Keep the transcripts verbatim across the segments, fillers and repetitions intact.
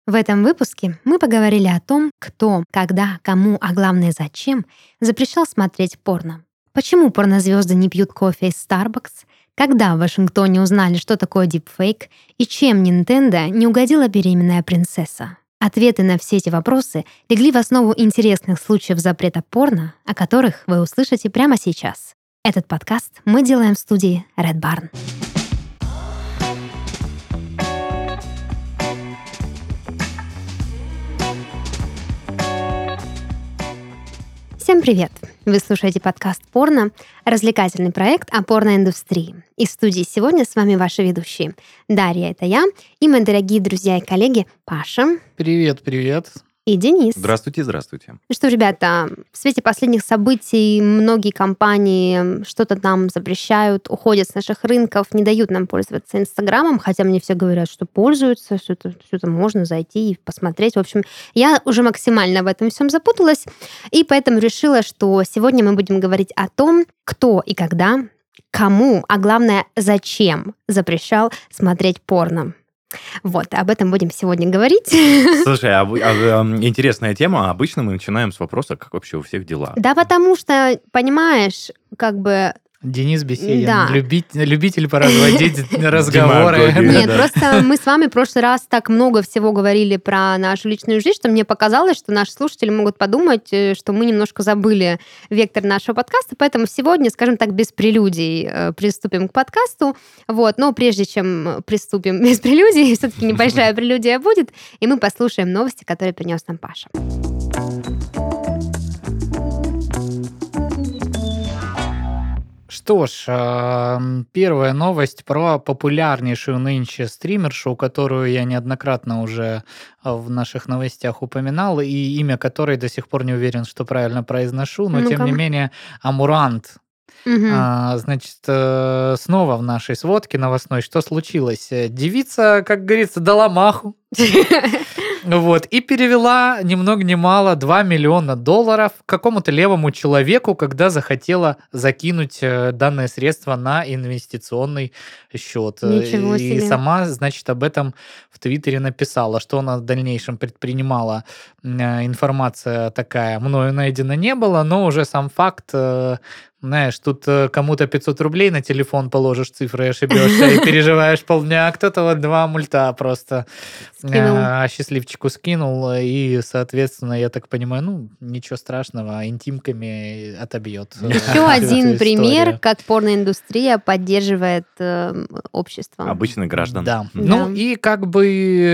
В этом выпуске мы поговорили о том, кто, когда, кому, а главное зачем запрещал смотреть порно. Почему порнозвезды не пьют кофе из Starbucks, когда в Вашингтоне узнали, что такое дипфейк, и чем Nintendo не угодила беременная принцесса. Ответы на все эти вопросы легли в основу интересных случаев запрета порно, о которых вы услышите прямо сейчас. Этот подкаст мы делаем в студии Red Barn. Всем привет! Вы слушаете подкаст «Порно», развлекательный проект о порноиндустрии. И в студии сегодня с вами ваши ведущие. Дарья — это я, и мои дорогие друзья и коллеги Паша. Привет, привет. И Денис. Здравствуйте, здравствуйте. Ну что, ребята, в свете последних событий многие компании что-то нам запрещают, уходят с наших рынков, не дают нам пользоваться Инстаграмом, хотя мне все говорят, что пользуются, что это, что это можно зайти и посмотреть. В общем, я уже максимально в этом всем запуталась, и поэтому решила, что сегодня мы будем говорить о том, кто и когда, кому, а главное, зачем запрещал смотреть порно. Вот, об этом будем сегодня говорить. Слушай, а, а, а, интересная тема. Обычно мы начинаем с вопроса, как вообще у всех дела. Да, потому что, понимаешь, как бы... Денис Беседин, Да. любить, любитель поразводить разговоры. Демагогию. Нет, да. просто мы с вами в прошлый раз так много всего говорили про нашу личную жизнь, что мне показалось, что наши слушатели могут подумать, э, что мы немножко забыли вектор нашего подкаста, поэтому сегодня, скажем так, без прелюдий э, приступим к подкасту. Вот, но прежде чем приступим без прелюдий, все-таки небольшая прелюдия будет, и мы послушаем новости, которые принес нам Паша. Что ж, э, первая новость про популярнейшую нынче стримершу, которую я неоднократно уже в наших новостях упоминал, и имя которой до сих пор не уверен, что правильно произношу, но тем Ну-ка. не менее Амурант. Мгм. А, значит, э, снова в нашей сводке новостной, что случилось? Э, Девица, как говорится, дала маху. Вот, и перевела ни много ни мало два миллиона долларов какому-то левому человеку, когда захотела закинуть э, данное средство на инвестиционный счет. Э, Ничего И себе. сама, значит, об этом в Твиттере написала, что она в дальнейшем предпринимала. Э, Информация такая мною найдена не было, но уже сам факт, э, знаешь, тут э, кому-то пятьсот рублей на телефон положишь, цифры ошибешься и переживаешь полдня, а кто-то вот два мульта просто Скинул. э, счастливчику скинул, и, соответственно, я так понимаю, ну, ничего страшного, интимками отобьет. э, Еще всю один эту пример, историю. как порноиндустрия поддерживает э, общество. Обычных граждан. Да. Да. Ну и как бы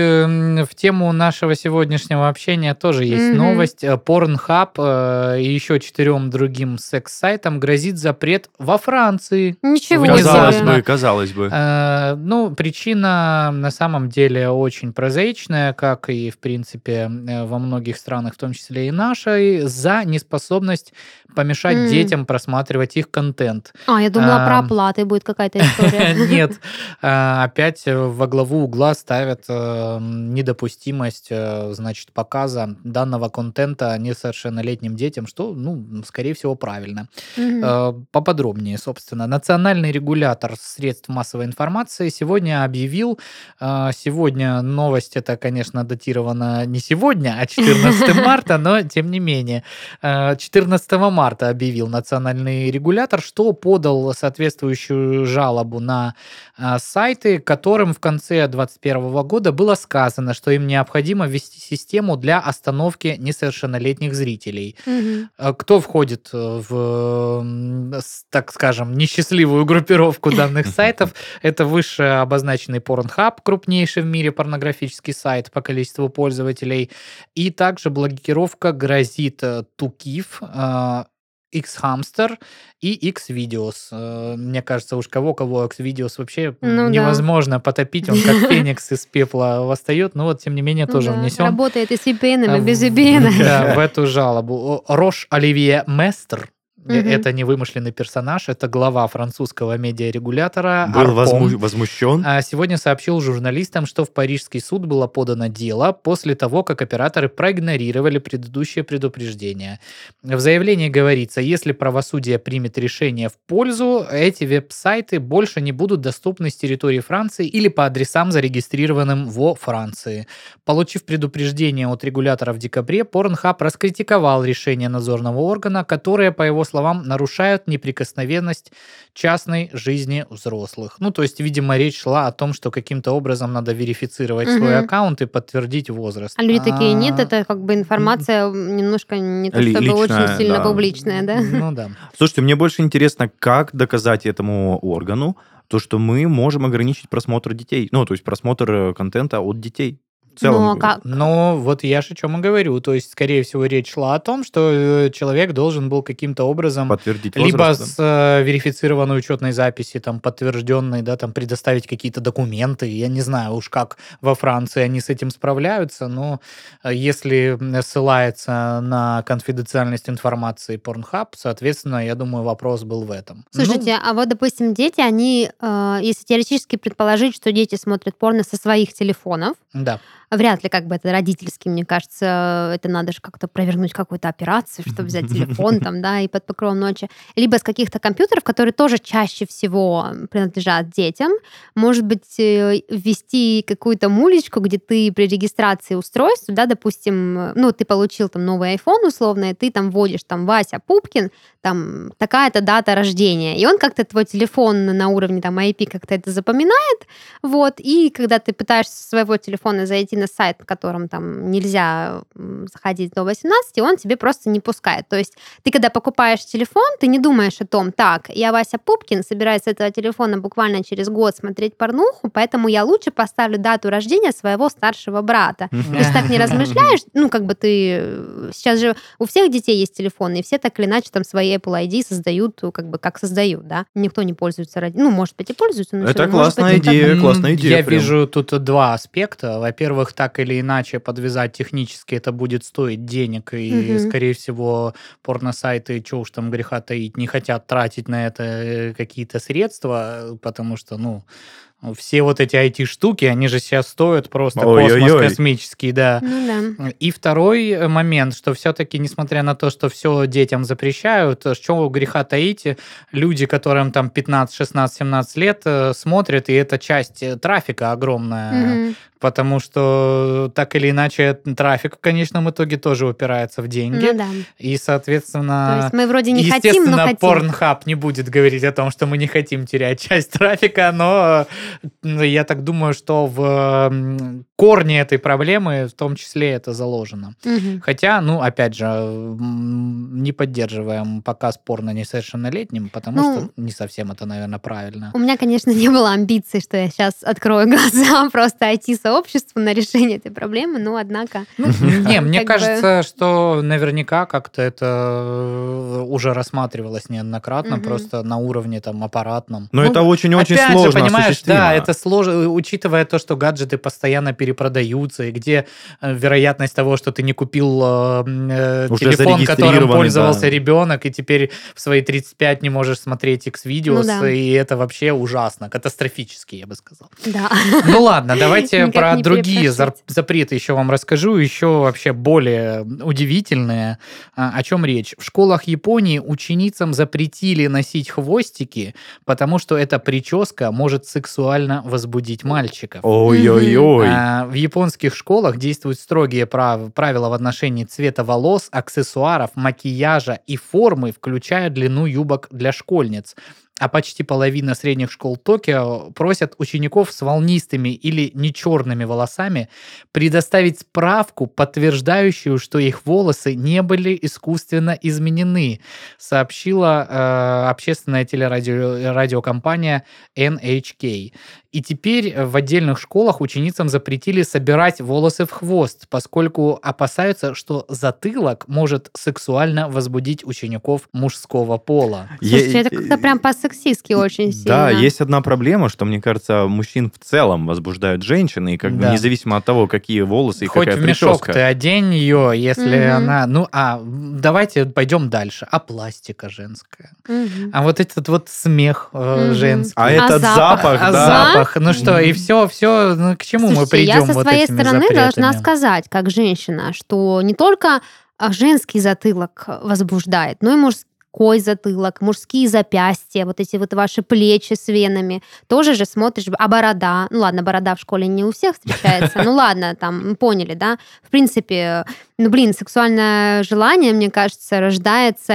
м, в тему нашего сегодняшнего общения тоже есть Мгм. новость. Э, Pornhub э, и еще четырем другим секс-сайтам грозит запрет во Франции. Ничего Казалось себе. бы, казалось бы. Э, Ну, причина на самом деле очень прозаичная, как и, в принципе, э, во многих странах, в том числе и нашей, за неспособность помешать М. детям просматривать их контент. А, я думала, про А, оплаты будет какая-то история. Нет, а, опять э, во главу угла ставят э, недопустимость, э, значит, показа данного контента несовершеннолетним детям, что, ну, скорее всего, правильно. Мгм. Э, Поподробнее, собственно. Национальный регулятор средств массовой информации сегодня объявил, э, сегодня новость эта, конечно, датирована не сегодня, а четырнадцатого марта, но тем не менее, э, четырнадцатого марта объявил национальный регулятор, что подал соответствующую жалобу на а, сайты, которым в конце двадцать первого года было сказано, что им необходимо ввести систему для остановки несовершеннолетних зрителей. Мгм. А Кто входит э, в, м, с- так скажем, несчастливую группировку данных сайтов? Это выше обозначенный Pornhub, крупнейший в мире порнографический сайт по количеству пользователей, и также блокировка грозит э, Тукив, э, X-Hamster и X-Videos. Э, Мне кажется, уж кого-кого X-Videos вообще Ну да. невозможно потопить. Он как феникс из пепла восстает. Но вот, тем не менее, Ну тоже да, внесен работает и с ви пи эн, а, и без в- ви пи эн. да, в эту жалобу. О, Рош Оливье Местер, Э, Мгм. Это не вымышленный персонаж, это глава французского медиарегулятора Был возму- Арком. возмущен. А Сегодня сообщил журналистам, что в парижский суд было подано дело после того, как операторы проигнорировали предыдущее предупреждение. В заявлении говорится, если правосудие примет решение в пользу, эти веб-сайты больше не будут доступны с территории Франции или по адресам, зарегистрированным во Франции. Получив предупреждение от регулятора в декабре, Pornhub раскритиковал решение надзорного органа, которое, по его словам, нарушают неприкосновенность частной жизни взрослых. Ну, то есть, видимо, речь шла о том, что каким-то образом надо верифицировать свой Мгм. аккаунт и подтвердить возраст. А люди такие, нет, А, это как бы информация м, немножко не то Ли- чтобы очень личная, сильно да. публичная, да? Ну да. Слушайте, мне больше интересно, как доказать этому органу то, что мы можем ограничить просмотр детей. Ну, то есть просмотр э, контента от детей. В целом. Но как? Но вот я же о чем и говорю. То есть, скорее всего, речь шла о том, что э, человек должен был каким-то образом Подтвердить либо возраст, да. с э, верифицированной учетной записи, там, подтвержденной, да, там, предоставить какие-то документы. Я не знаю уж, как во Франции они с этим справляются, но э, если м, ссылается на конфиденциальность информации Pornhub, соответственно, я думаю, вопрос был в этом. Ну, Слушайте, а вот, допустим, дети, они, э, если теоретически предположить, что дети смотрят порно со своих телефонов, да. вряд ли как бы это родительский, мне кажется, это надо же как-то провернуть какую-то операцию, чтобы взять телефон там, да, и под покровом ночи. Либо с каких-то компьютеров, которые тоже чаще всего принадлежат детям. Может быть, э, ввести какую-то мулечку, где ты при регистрации устройства, да, допустим, э, ну, ты получил там новый iPhone условно, и ты там вводишь там Вася Пупкин, там такая-то дата рождения, и он как-то твой телефон на уровне там ай пи как-то это запоминает, вот, и когда ты пытаешься со своего телефона зайти на сайт, на котором там нельзя м, заходить до восемнадцати, он тебе просто не пускает. То есть ты, когда покупаешь телефон, ты не думаешь о том, так, я Вася Пупкин, собираюсь с этого телефона буквально через год смотреть порнуху, поэтому я лучше поставлю дату рождения своего старшего брата. Ты же так не размышляешь, ну, как бы ты... э, Сейчас же у всех детей есть телефоны, и все так или иначе там свои Apple ай ди создают, э, как бы как создают, да. Никто не пользуется, ради- ну, может быть, и пользуются, но Это всё равно, может классная быть, не так. идея, М, классная идея. Я прям. вижу тут два аспекта. Во-первых, так или иначе подвязать технически это будет стоить денег, и, Мгм. скорее всего, порносайты, что уж там греха таить, не хотят тратить на это э, какие-то средства, э, потому что, ну, все вот эти ай ти-штуки, они же сейчас стоят просто космос Ой-ой-ой. космический, да. Ну да. И второй э, момент, что все-таки, несмотря на то, что все детям запрещают, э, что греха таить, э, люди, которым там пятнадцать, шестнадцать, семнадцать лет, э, смотрят, и это часть э, трафика огромная, Мгм. потому что так или иначе трафик в конечном итоге тоже упирается в деньги, Ну да. и, То соответственно, есть мы вроде не хотим, естественно, но хотим. Pornhub не будет говорить о том, что мы не хотим терять часть трафика, но э, я так думаю, что в м, корне этой проблемы в том числе это заложено. Мгм. Хотя, ну, опять же, м, не поддерживаем показ порно несовершеннолетним, потому Ну, что не совсем это, наверное, правильно. У меня, конечно, не было амбиций, что я сейчас открою глаза просто ай ти-сообществу на решение этой проблемы, но однако... Ну, не, мне Как бы- кажется, что наверняка как-то это э, уже рассматривалось неоднократно, Мгм. просто на уровне там аппаратном. Но Ну, это очень-очень опять сложно же, понимаешь, осуществимо. да, это сложно, учитывая то, что гаджеты постоянно перепродаются, и где э, вероятность того, что ты не купил э, м, э, Уже телефон, которым зарегистрированный, пользовался да. ребенок, и теперь в свои тридцать пять не можешь смотреть X-видеос, Ну да. и это вообще ужасно, катастрофически, я бы сказал. Да. Ну ладно, давайте Никак про не другие перепрошить. зар- запреты еще вам расскажу, еще вообще более удивительные. А, О чем речь? В школах Японии ученицам запретили носить хвостики, потому что эта прическа может сексуально возбудить мальчиков. Ой-ой-ой. А, В японских школах действуют строгие прав- правила в отношении цвета волос, аксессуаров, макияжа и формы, включая длину юбок для школьниц. А почти половина средних школ Токио просят учеников с волнистыми или не черными волосами предоставить справку, подтверждающую, что их волосы не были искусственно изменены, сообщила э, общественная телерадиокомпания эн эйч кей. И теперь в отдельных школах ученицам запретили собирать волосы в хвост, поскольку опасаются, что затылок может сексуально возбудить учеников мужского пола. Слушайте, Е- это как-то прям по-сексистски очень сильно. Да, есть одна проблема, что, мне кажется, мужчин в целом возбуждают женщины, и как бы Да. независимо от того, какие волосы и Хоть какая в мешок прическа. ты одень ее, если Мгм. она... Ну, а давайте пойдем дальше. А пластика женская? Мгм. А вот этот вот смех э, Мгм. женский? А А этот запах? запах, А да. запах? Ну что, и все, все, ну к чему мы Слушайте, придем я со вот своей этими стороны должна запретами? сказать, как женщина, что не только а, женский затылок возбуждает, но и мужской затылок, мужские запястья, вот эти вот ваши плечи с венами. Тоже же смотришь, а борода, ну ладно, борода в школе не у всех встречается, ну ладно, там, мы поняли, да? В принципе, ну блин, сексуальное желание, мне кажется, рождается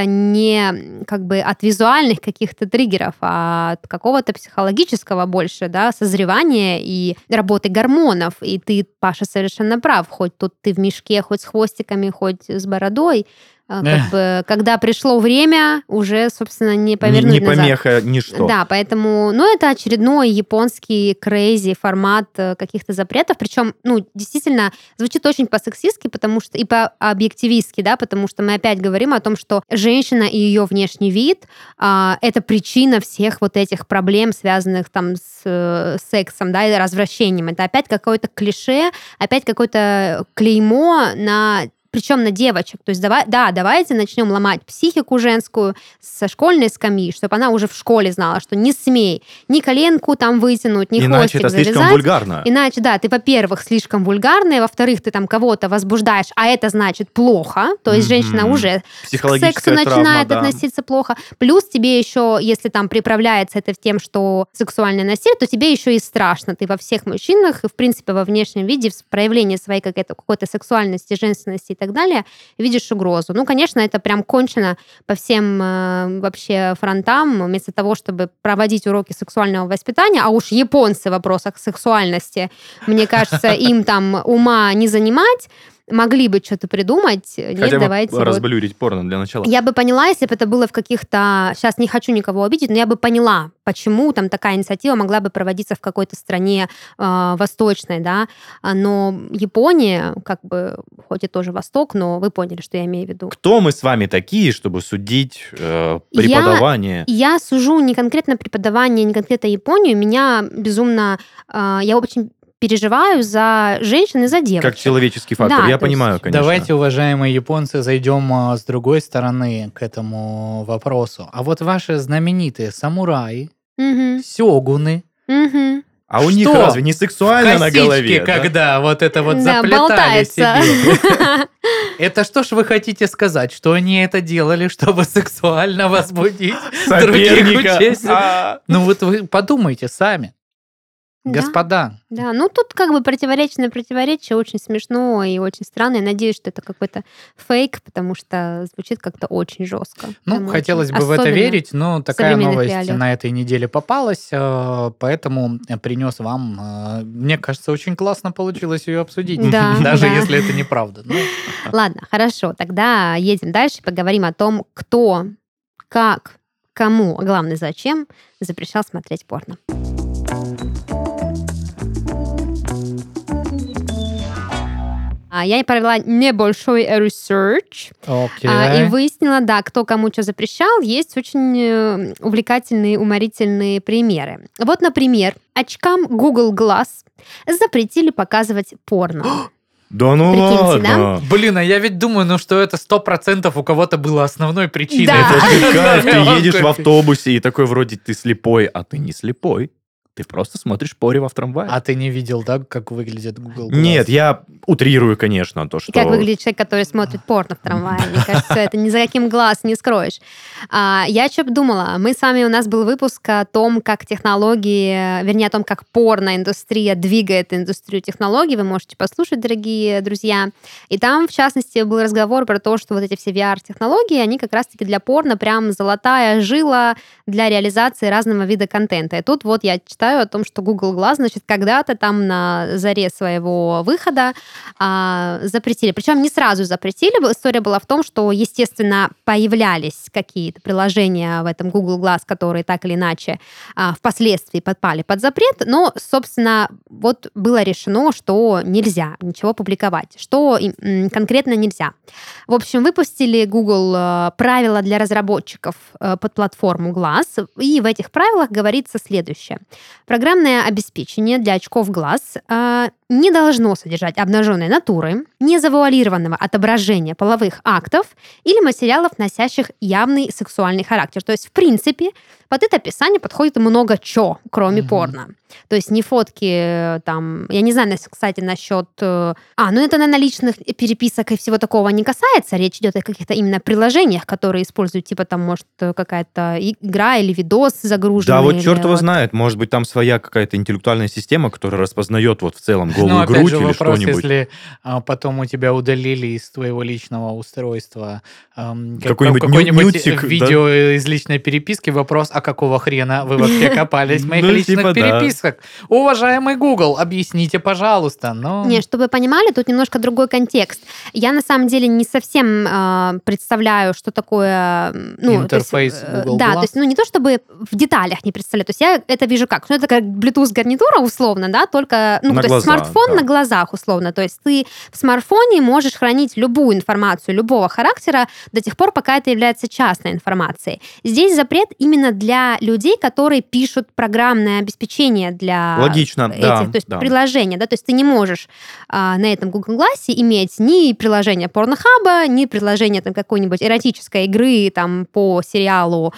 не как бы от визуальных каких-то триггеров, а от какого-то психологического больше, да, созревания и работы гормонов. И ты, Паша, совершенно прав. Хоть тут ты в мешке, хоть с хвостиками, хоть с бородой. А, Как Эх. бы, когда пришло время, уже, собственно, не Не, повернуть не назад. помеха, ничто. Да, поэтому, ну, это очередной японский крейзи формат э, каких-то запретов. Причем, ну, действительно, звучит очень по-сексистски, потому что и по-объективистски, да, потому что мы опять говорим о том, что женщина и ее внешний вид а, это причина всех вот этих проблем, связанных там с э, сексом, да, и развращением. Это опять какое-то клише, опять какое-то клеймо на причем на девочек. То есть давай, да, давайте начнем ломать психику женскую со школьной скамьи, чтобы она уже в школе знала, что не смей ни коленку там вытянуть, ни Иначе хвостик это слишком завязать. вульгарно. Иначе, да, ты, во-первых, слишком вульгарный, во-вторых, ты там кого-то возбуждаешь, а это значит плохо. То есть Мгм. женщина уже к сексу Психологическая травма, начинает да. относиться плохо. Плюс тебе еще, если там приправляется это тем, что сексуальное насилие, то тебе еще и страшно. Ты во всех мужчинах и, в принципе, во внешнем виде, в проявлении своей какой-то, какой-то сексуальности, женственности и так далее, видишь угрозу. Ну, конечно, это прям кончено по всем э, вообще фронтам. Вместо того, чтобы проводить уроки сексуального воспитания, а уж японцы в вопросах сексуальности, мне кажется, им там ума не занимать, могли бы что-то придумать. Нет, Хотя бы давайте вот. разбалюрить порно для начала. Я бы поняла, если бы это было в каких-то... Сейчас не хочу никого обидеть, но я бы поняла, почему там такая инициатива могла бы проводиться в какой-то стране э, восточной, да. А, Но Япония, как бы, хоть и тоже Восток, но вы поняли, что я имею в виду. Кто мы с вами такие, чтобы судить э, Я- преподавание? Я сужу не конкретно преподавание, не конкретно Японию. Меня безумно... э, Я очень переживаю за женщин и за девочек. Как человеческий фактор. Да, Я то есть- понимаю, конечно. Давайте, уважаемые японцы, зайдем а, с другой стороны к этому вопросу. А вот ваши знаменитые самураи, Мгм, сёгуны, мгм. А у них Что? разве не сексуально на косички, голове? да? когда вот это вот Да, заплетали болтается. себе. Это что ж вы хотите сказать, что они это делали, чтобы сексуально возбудить других Соперника. участников? А. Ну вот вы подумайте сами, Да. господа. Да, ну тут как бы противоречие на противоречие, очень смешно и очень странно. Я надеюсь, что это какой-то фейк, потому что звучит как-то очень жестко. Ну, Прям хотелось очень. бы в это Особенно верить, но такая современных новость реалиях. на этой неделе попалась, э, поэтому принес вам. э, Мне кажется, очень классно получилось ее обсудить, Да, даже да. если это неправда. Ну, Ладно, хорошо, тогда едем дальше, поговорим о том, кто, как, кому, а главное, зачем запрещал смотреть порно. А, Я провела небольшой research, окей. а, и выяснила, да, кто кому что запрещал. Есть очень э, увлекательные, уморительные примеры. Вот, например, очкам Google Glass запретили показывать порно. Да ну Прикиньте, ладно. Блин, а я ведь думаю, ну что это сто процентов у кого-то было основной причиной. Да. Это же кайф, ты Он едешь в такой, автобусе и такой вроде ты слепой, а ты не слепой. Ты просто смотришь порно в трамвае. А ты не видел, да, как выглядит Google Glass? Нет, я утрирую, конечно, то, что... И как выглядит человек, который смотрит порно в трамвае. Мне кажется, это ни за каким глаз не скроешь. А, я что думала? Мы с вами, у нас был выпуск о том, как технологии, вернее, о том, как порноиндустрия двигает индустрию технологий. Вы можете послушать, дорогие друзья. И там, в частности, был разговор про то, что вот эти все ви ар-технологии, они как раз-таки для порно прям золотая жила для реализации разного вида контента. И тут вот я читаю читаю о том, что Google Glass, значит, когда-то там на заре своего выхода а, запретили. Причем не сразу запретили. История была в том, что, естественно, появлялись какие-то приложения в этом Google Glass, которые так или иначе а, впоследствии подпали под запрет, но, собственно, вот было решено, что нельзя ничего публиковать. Что м, конкретно нельзя. В общем, выпустили Google э, правила для разработчиков э, под платформу Glass, и в этих правилах говорится следующее. Программное обеспечение для очков Glass э, не должно содержать обнаженной натуры, незавуалированного отображения половых актов или материалов, носящих явный сексуальный характер. То есть, в принципе, под это описание подходит много чего, кроме mm-hmm. порно. То есть не фотки там... Я не знаю, кстати, насчет... А, ну это, наверное, личных переписок и всего такого не касается. Речь идет о каких-то именно приложениях, которые используют, типа там, может, какая-то игра или видос загруженный. Да, вот черт его вот... знает. Может быть, там своя какая-то интеллектуальная система, которая распознает вот в целом голую ну, грудь же или вопрос, что-нибудь. Если а, потом у тебя удалили из твоего личного устройства эм, какой-нибудь, какой-нибудь нютик, видео да? из личной переписки, вопрос, а какого хрена вы вообще копались в моих Ну, личных типа, да. переписках? Уважаемый Google, объясните, пожалуйста. Но... Не, чтобы вы понимали, тут немножко другой контекст. Я на самом деле не совсем э, представляю, что такое... Ну, интерфейс то есть, Google Да, Glass. то есть, ну, не то чтобы в деталях не представляю. То есть я это вижу как? Ну, это как Bluetooth-гарнитура, условно, да, только... Ну, На то глаза, есть смартфон да. на глазах, условно. То есть ты в смартфоне можешь хранить любую информацию любого характера до тех пор, пока это является частной информацией. Здесь запрет именно для людей, которые пишут программное обеспечение для Логично, этих, да, то есть да. приложения, да, то есть ты не можешь а, на этом Google Glass иметь ни приложение порнохаба, ни приложение там какой-нибудь эротической игры там по сериалу.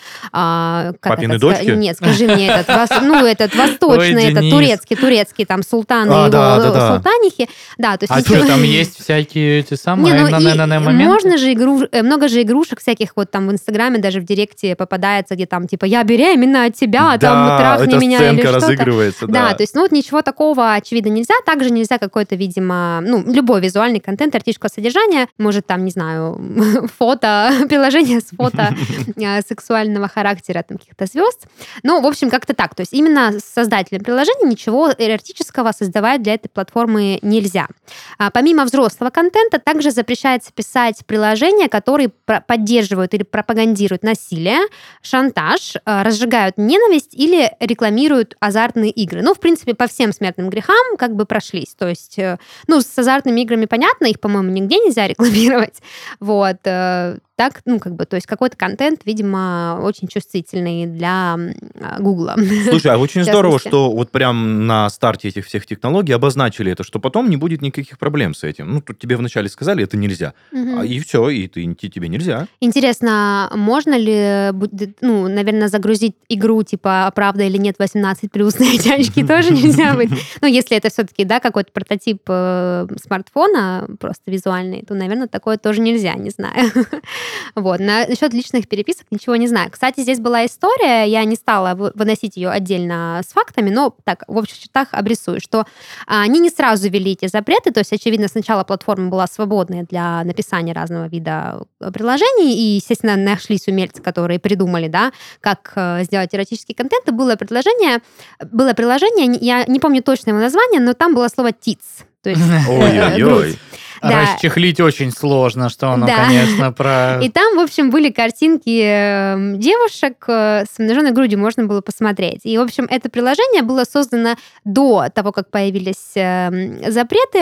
А, как Папины это? дочки? Нет, скажи мне этот, вос- ну этот восточный, Ой, этот Денис. турецкий, турецкий там султан и А, его да, да, да. султанихи, да, то есть А ничего- что, там есть всякие эти не, самые ну на, и на, на, на моменты? можно же игру, э, много же игрушек всяких вот там в Инстаграме, даже в Директе попадается, где там типа я беременна от тебя, а там Да, трахни эта меня или сценка что-то. разыгрывается, Да, да. то есть, ну вот ничего такого, очевидно, нельзя. Также нельзя какой-то, видимо, ну, любой визуальный контент эротического содержания, может, там, не знаю, фото, приложение с фото э, сексуального характера там, каких-то звезд. Ну, в общем, как-то так. То есть именно создателям приложения ничего эротического создавать для этой платформы нельзя. А помимо взрослого контента, также запрещается писать приложения, которые про- поддерживают или пропагандируют насилие, шантаж, э, разжигают ненависть или рекламируют азартные игры. Ну, в принципе, по всем смертным грехам как бы прошлись. То есть, э, ну, с азартными играми понятно, их, по-моему, нигде нельзя рекламировать. Вот. э, Так, ну, как бы, то есть какой-то контент, видимо, очень чувствительный для Гугла. Слушай, а очень В здорово, частности. что вот прям на старте этих всех технологий обозначили это, что потом не будет никаких проблем с этим. Ну, тут тебе вначале сказали, это нельзя. Мгм. А, и все, и ты, и тебе нельзя. Интересно, можно ли, будет, ну, наверное, загрузить игру, типа, правда или нет, восемнадцать плюс на эти очки тоже нельзя быть? Ну, если это все-таки, да, какой-то прототип э, смартфона, просто визуальный, то, наверное, такое тоже нельзя, не знаю. Вот. Насчет личных переписок ничего не знаю. Кстати, здесь была история, я не стала вы- выносить ее отдельно с фактами, но так, в общих чертах обрисую, что а, они не сразу ввели эти запреты, то есть, очевидно, сначала платформа была свободной для написания разного вида приложений, и, естественно, нашлись умельцы, которые придумали, да, как э, сделать эротический контент, и было предложение, было приложение, я не помню точно его название, но там было слово «tits», то есть э, Ой-ой-ой. грудь. Да. Расчехлить очень сложно, что оно, Да. конечно, про... И там, в общем, были картинки э, девушек э, с обнаженной грудью, можно было посмотреть. И, в общем, это приложение было создано до того, как появились э, запреты,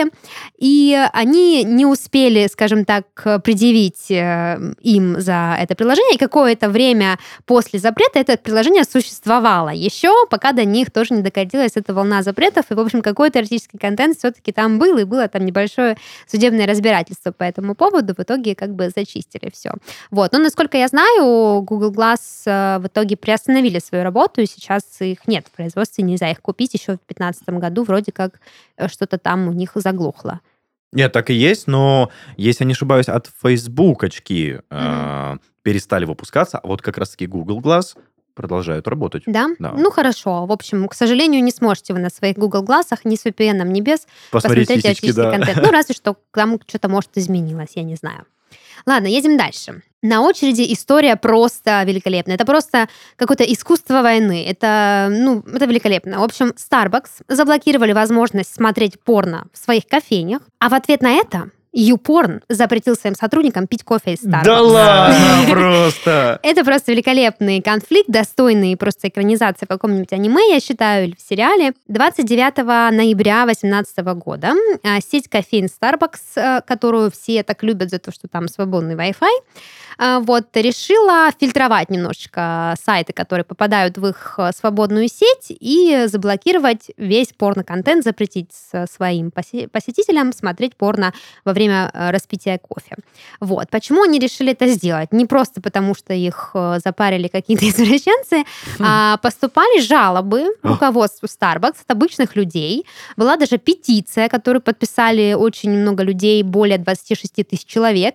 и они не успели, скажем так, предъявить э, им за это приложение, и какое-то время после запрета это приложение существовало еще, пока до них тоже не докатилась эта волна запретов, и, в общем, какой-то эротический контент все-таки там был, и было там небольшое судебное разбирательство по этому поводу, в итоге как бы зачистили все. Вот. Но, насколько я знаю, Google Glass э, в итоге приостановили свою работу, и сейчас их нет в производстве, нельзя их купить. Еще в две тысячи пятнадцатом году вроде как э, что-то там у них заглохло. Нет, так и есть, но, если я не ошибаюсь, от Facebook очки э, перестали выпускаться, а вот как раз-таки Google Glass продолжают работать. Да? Да. Ну, хорошо. В общем, к сожалению, не сможете вы на своих Google Glass'ах ни с ви пи эн, ни без Посмотреть посмотреть сисечки, эротический да. контент. Ну, разве что там что-то, может, изменилось, я не знаю. Ладно, едем дальше. На очереди история просто великолепная. Это просто какое-то искусство войны. Это, ну, это великолепно. В общем, Starbucks заблокировали возможность смотреть порно в своих кофейнях, а в ответ на это YouPorn запретил своим сотрудникам пить кофе из Starbucks. Да ладно, просто! Это просто великолепный конфликт, достойный просто экранизации в каком-нибудь аниме, я считаю, или в сериале. двадцать девятого ноября две тысячи восемнадцатого года а, сеть кофеин Starbucks, а, которую все так любят за то, что там свободный Wi-Fi, а, вот, решила фильтровать немножечко сайты, которые попадают в их свободную сеть, и заблокировать весь порно-контент, запретить своим посетителям смотреть порно во время распития кофе. Вот. Почему они решили это сделать? Не просто потому, что их запарили какие-то извращенцы, а поступали жалобы руководству Starbucks от обычных людей. Была даже петиция, которую подписали очень много людей, более двадцать шесть тысяч человек,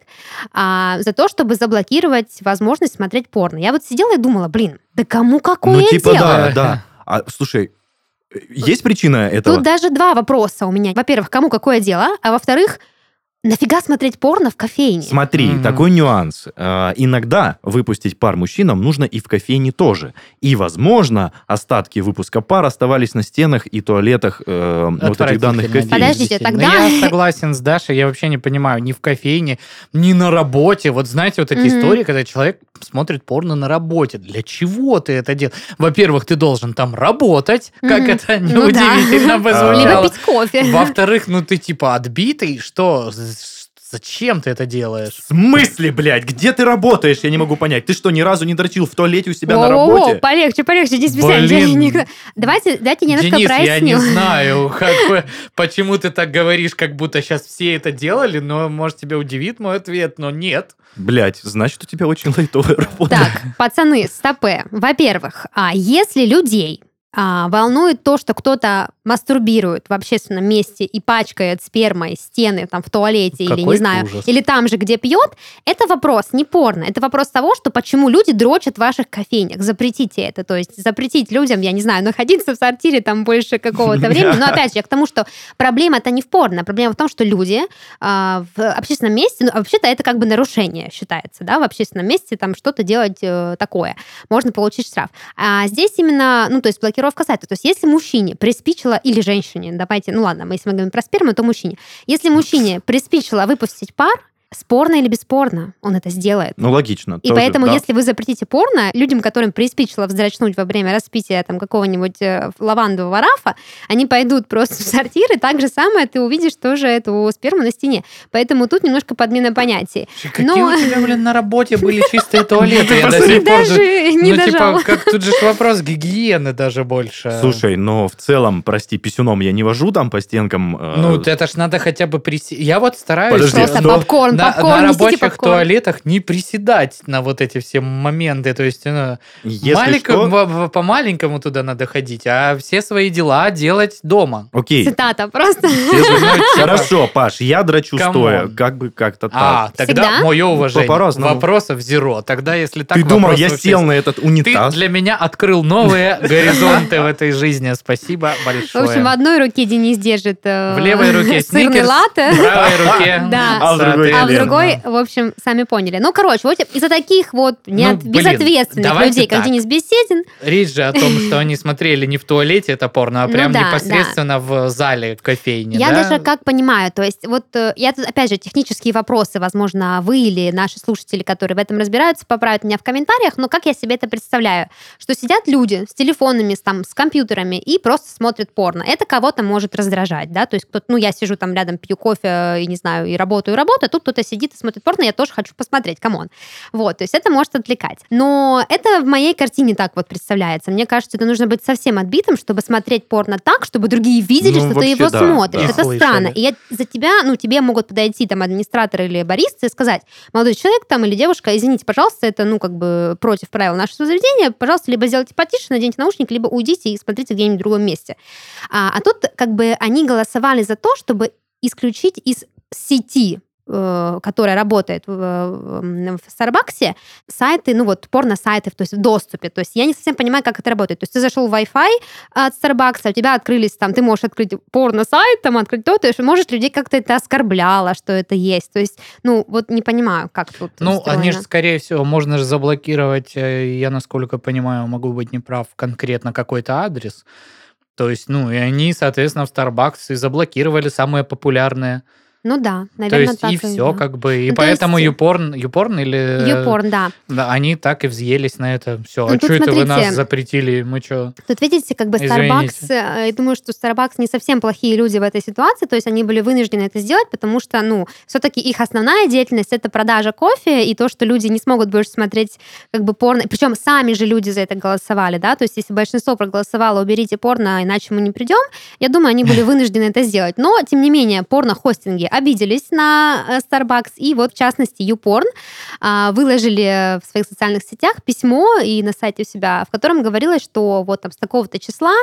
а, за то, чтобы заблокировать возможность смотреть порно. Я вот сидела и думала, блин, да кому какое Ну, типа, дело? да, да. А, слушай, есть причина этого? Тут даже два вопроса у меня. Во-первых, кому какое дело? А во-вторых, нафига смотреть порно в кофейне? Смотри, Мгм. такой нюанс. Э, Иногда выпустить пар мужчинам нужно и в кофейне тоже. И, возможно, остатки выпуска пар оставались на стенах и туалетах э, вот этих данных Отвратительно, кофеин. Подождите, действительно. тогда- Я согласен с Дашей, я вообще не понимаю, ни в кофейне, ни на работе. Вот знаете, вот эти Мгм. истории, когда человек смотрит порно на работе. Для чего ты это делаешь? Во-первых, ты должен там работать, как Мгм. это Ну да. неудивительно Либо позволяло. пить кофе. Во-вторых, ну ты типа отбитый, что? З- Зачем ты это делаешь? В смысле, блядь? Где ты работаешь? Я не могу понять. Ты что, ни разу не дрочил в туалете у себя на Воу-воу-воу, работе? полегче, полегче, здесь специально. Блин. Никто- Давайте, дайте я немножко Денис, я не проясню. знаю, как бы, почему ты так говоришь, как будто сейчас все это делали, но, может, тебя удивит мой ответ, но нет. Блядь, значит, у тебя очень лайтовая работа. Так, пацаны, стопэ. Во-первых, а если людей а, волнует то, что кто-то мастурбирует в общественном месте и пачкает спермой стены там в туалете или, Какой не знаю, ужас. или там же, где пьет, это вопрос не порно. Это вопрос того, что почему люди дрочат в ваших кофейнях. Запретите это. То есть запретить людям, я не знаю, находиться в сортире там больше какого-то времени. Но опять же, я к тому, что проблема-то не в порно. Проблема в том, что люди а, в общественном месте, ну, вообще-то это как бы нарушение считается, да, в общественном месте там что-то делать э, такое. Можно получить штраф. А здесь именно, ну, то есть блокировка сайта. То есть если мужчине приспичило, или женщине, давайте, ну ладно, мы если мы говорим про сперму, то мужчине. Если мужчине приспичило выпустить пар, спорно или бесспорно, он это сделает. Ну, логично. И тоже, поэтому, да. если вы запретите порно, людям, которым приспичило вздрачнуть во время распития там, какого-нибудь э, лавандового рафа, они пойдут просто в сортир, и так же самое ты увидишь тоже эту сперму на стене. Поэтому тут немножко подмена понятий. Какие Но- у тебя, блин, на работе были чистые туалеты? Я до посмотри, сих пор... же- Даже не Ну, дожала. типа, как тут же ж вопрос гигиены даже больше. Слушай, но в целом, прости, писюном я не вожу там по стенкам. э, Ну, это ж надо хотя бы присесть. Я вот стараюсь... Подожди, Просто что? попкорн, на, попкорн, на несите рабочих попкорн. туалетах не приседать на вот эти все моменты. То есть, ну, Если маленько- что- в- в- по-маленькому туда надо ходить, а все свои дела делать дома. Окей. Цитата просто. Хорошо, Паш, я дрочу Камон. стоя, как бы как-то А, так. тогда Всегда? мое уважение. по-разному. Вопросов зеро. Тогда, если так Ты думал, вопрос я вообще- сел на этот Ты унитаз? для меня открыл новые горизонты в этой жизни. Спасибо В большое. общем, в одной руке Денис держит э, В левой руке сырный сникерс, латте. в правой руке... Да. А в другой А в Лена. другой, в общем, сами поняли. Ну, короче, вот из-за таких вот не- Ну, блин, безответственных давайте людей, как так. Денис Беседин, Речь же о том, что они смотрели не в туалете это порно, а Ну прям да, непосредственно в зале кофейни. я да? даже как понимаю, то есть вот э, я тут, опять же, технические вопросы, возможно, вы или наши слушатели, которые в этом разбираются, поправят меня в комментариях, но как я себе это представляю, что сидят люди с телефонами, с, там, с компьютерами и просто смотрят порно. Это кого-то может раздражать, да, то есть кто-то, ну, я сижу там рядом, пью кофе, и не знаю, и работаю, и работаю, а тут кто-то сидит и смотрит порно, я тоже хочу посмотреть, камон. Вот, то есть это может отвлекать. Но это в моей картине так вот представляется. Мне кажется, это нужно быть совсем отбитым, чтобы смотреть порно так, чтобы другие видели, Ну, что ты вообще его да, смотришь. да. Это И странно. слышали. И я за тебя, ну, тебе могут подойти там администратор или бариста и сказать, молодой человек там или девушка, извините, пожалуйста, это, ну, как бы против правил нашего заведения, пожалуйста, либо сделайте потише, наденьте наушник, либо уйдите и смотрите где-нибудь в другом месте. А, а тут как бы они голосовали за то, чтобы исключить из сети которая работает в, в Starbucks, сайты, ну вот порно-сайты, то есть в доступе. То есть я не совсем понимаю, как это работает. То есть ты зашел в Wi-Fi от Starbucks, у тебя открылись там, ты можешь открыть порно-сайт, там открыть то, то есть, может, людей как-то это оскорбляло, что это есть. То есть, ну, вот не понимаю, как тут Ну, устроено. они же, скорее всего, можно же заблокировать, я, насколько понимаю, могу быть неправ, конкретно какой-то адрес. То есть, ну, и они, соответственно, в Starbucks и заблокировали самые популярные. Ну да, наверное, То есть так и и все, да. как бы. И Ну, то поэтому есть- YouPorn, YouPorn или... YouPorn, да. Да, они так и взъелись на это. Все. Ну, А тут что это вы смотрите. нас запретили? Мы что? Тут, видите, как бы Извините. Starbucks, э, я думаю, что Starbucks не совсем плохие люди в этой ситуации, то есть они были вынуждены это сделать, потому что, ну, все-таки их основная деятельность — это продажа кофе, и то, что люди не смогут больше смотреть как бы порно, причем сами же люди за это голосовали, да, то есть если большинство проголосовало «уберите порно, иначе мы не придем», я думаю, они были вынуждены это сделать. Но, тем не менее, порно-хостинги обиделись на э, Starbucks, и вот, в частности, YouPorn а, выложили в своих социальных сетях письмо и на сайте у себя, в котором говорилось, что вот там с такого-то числа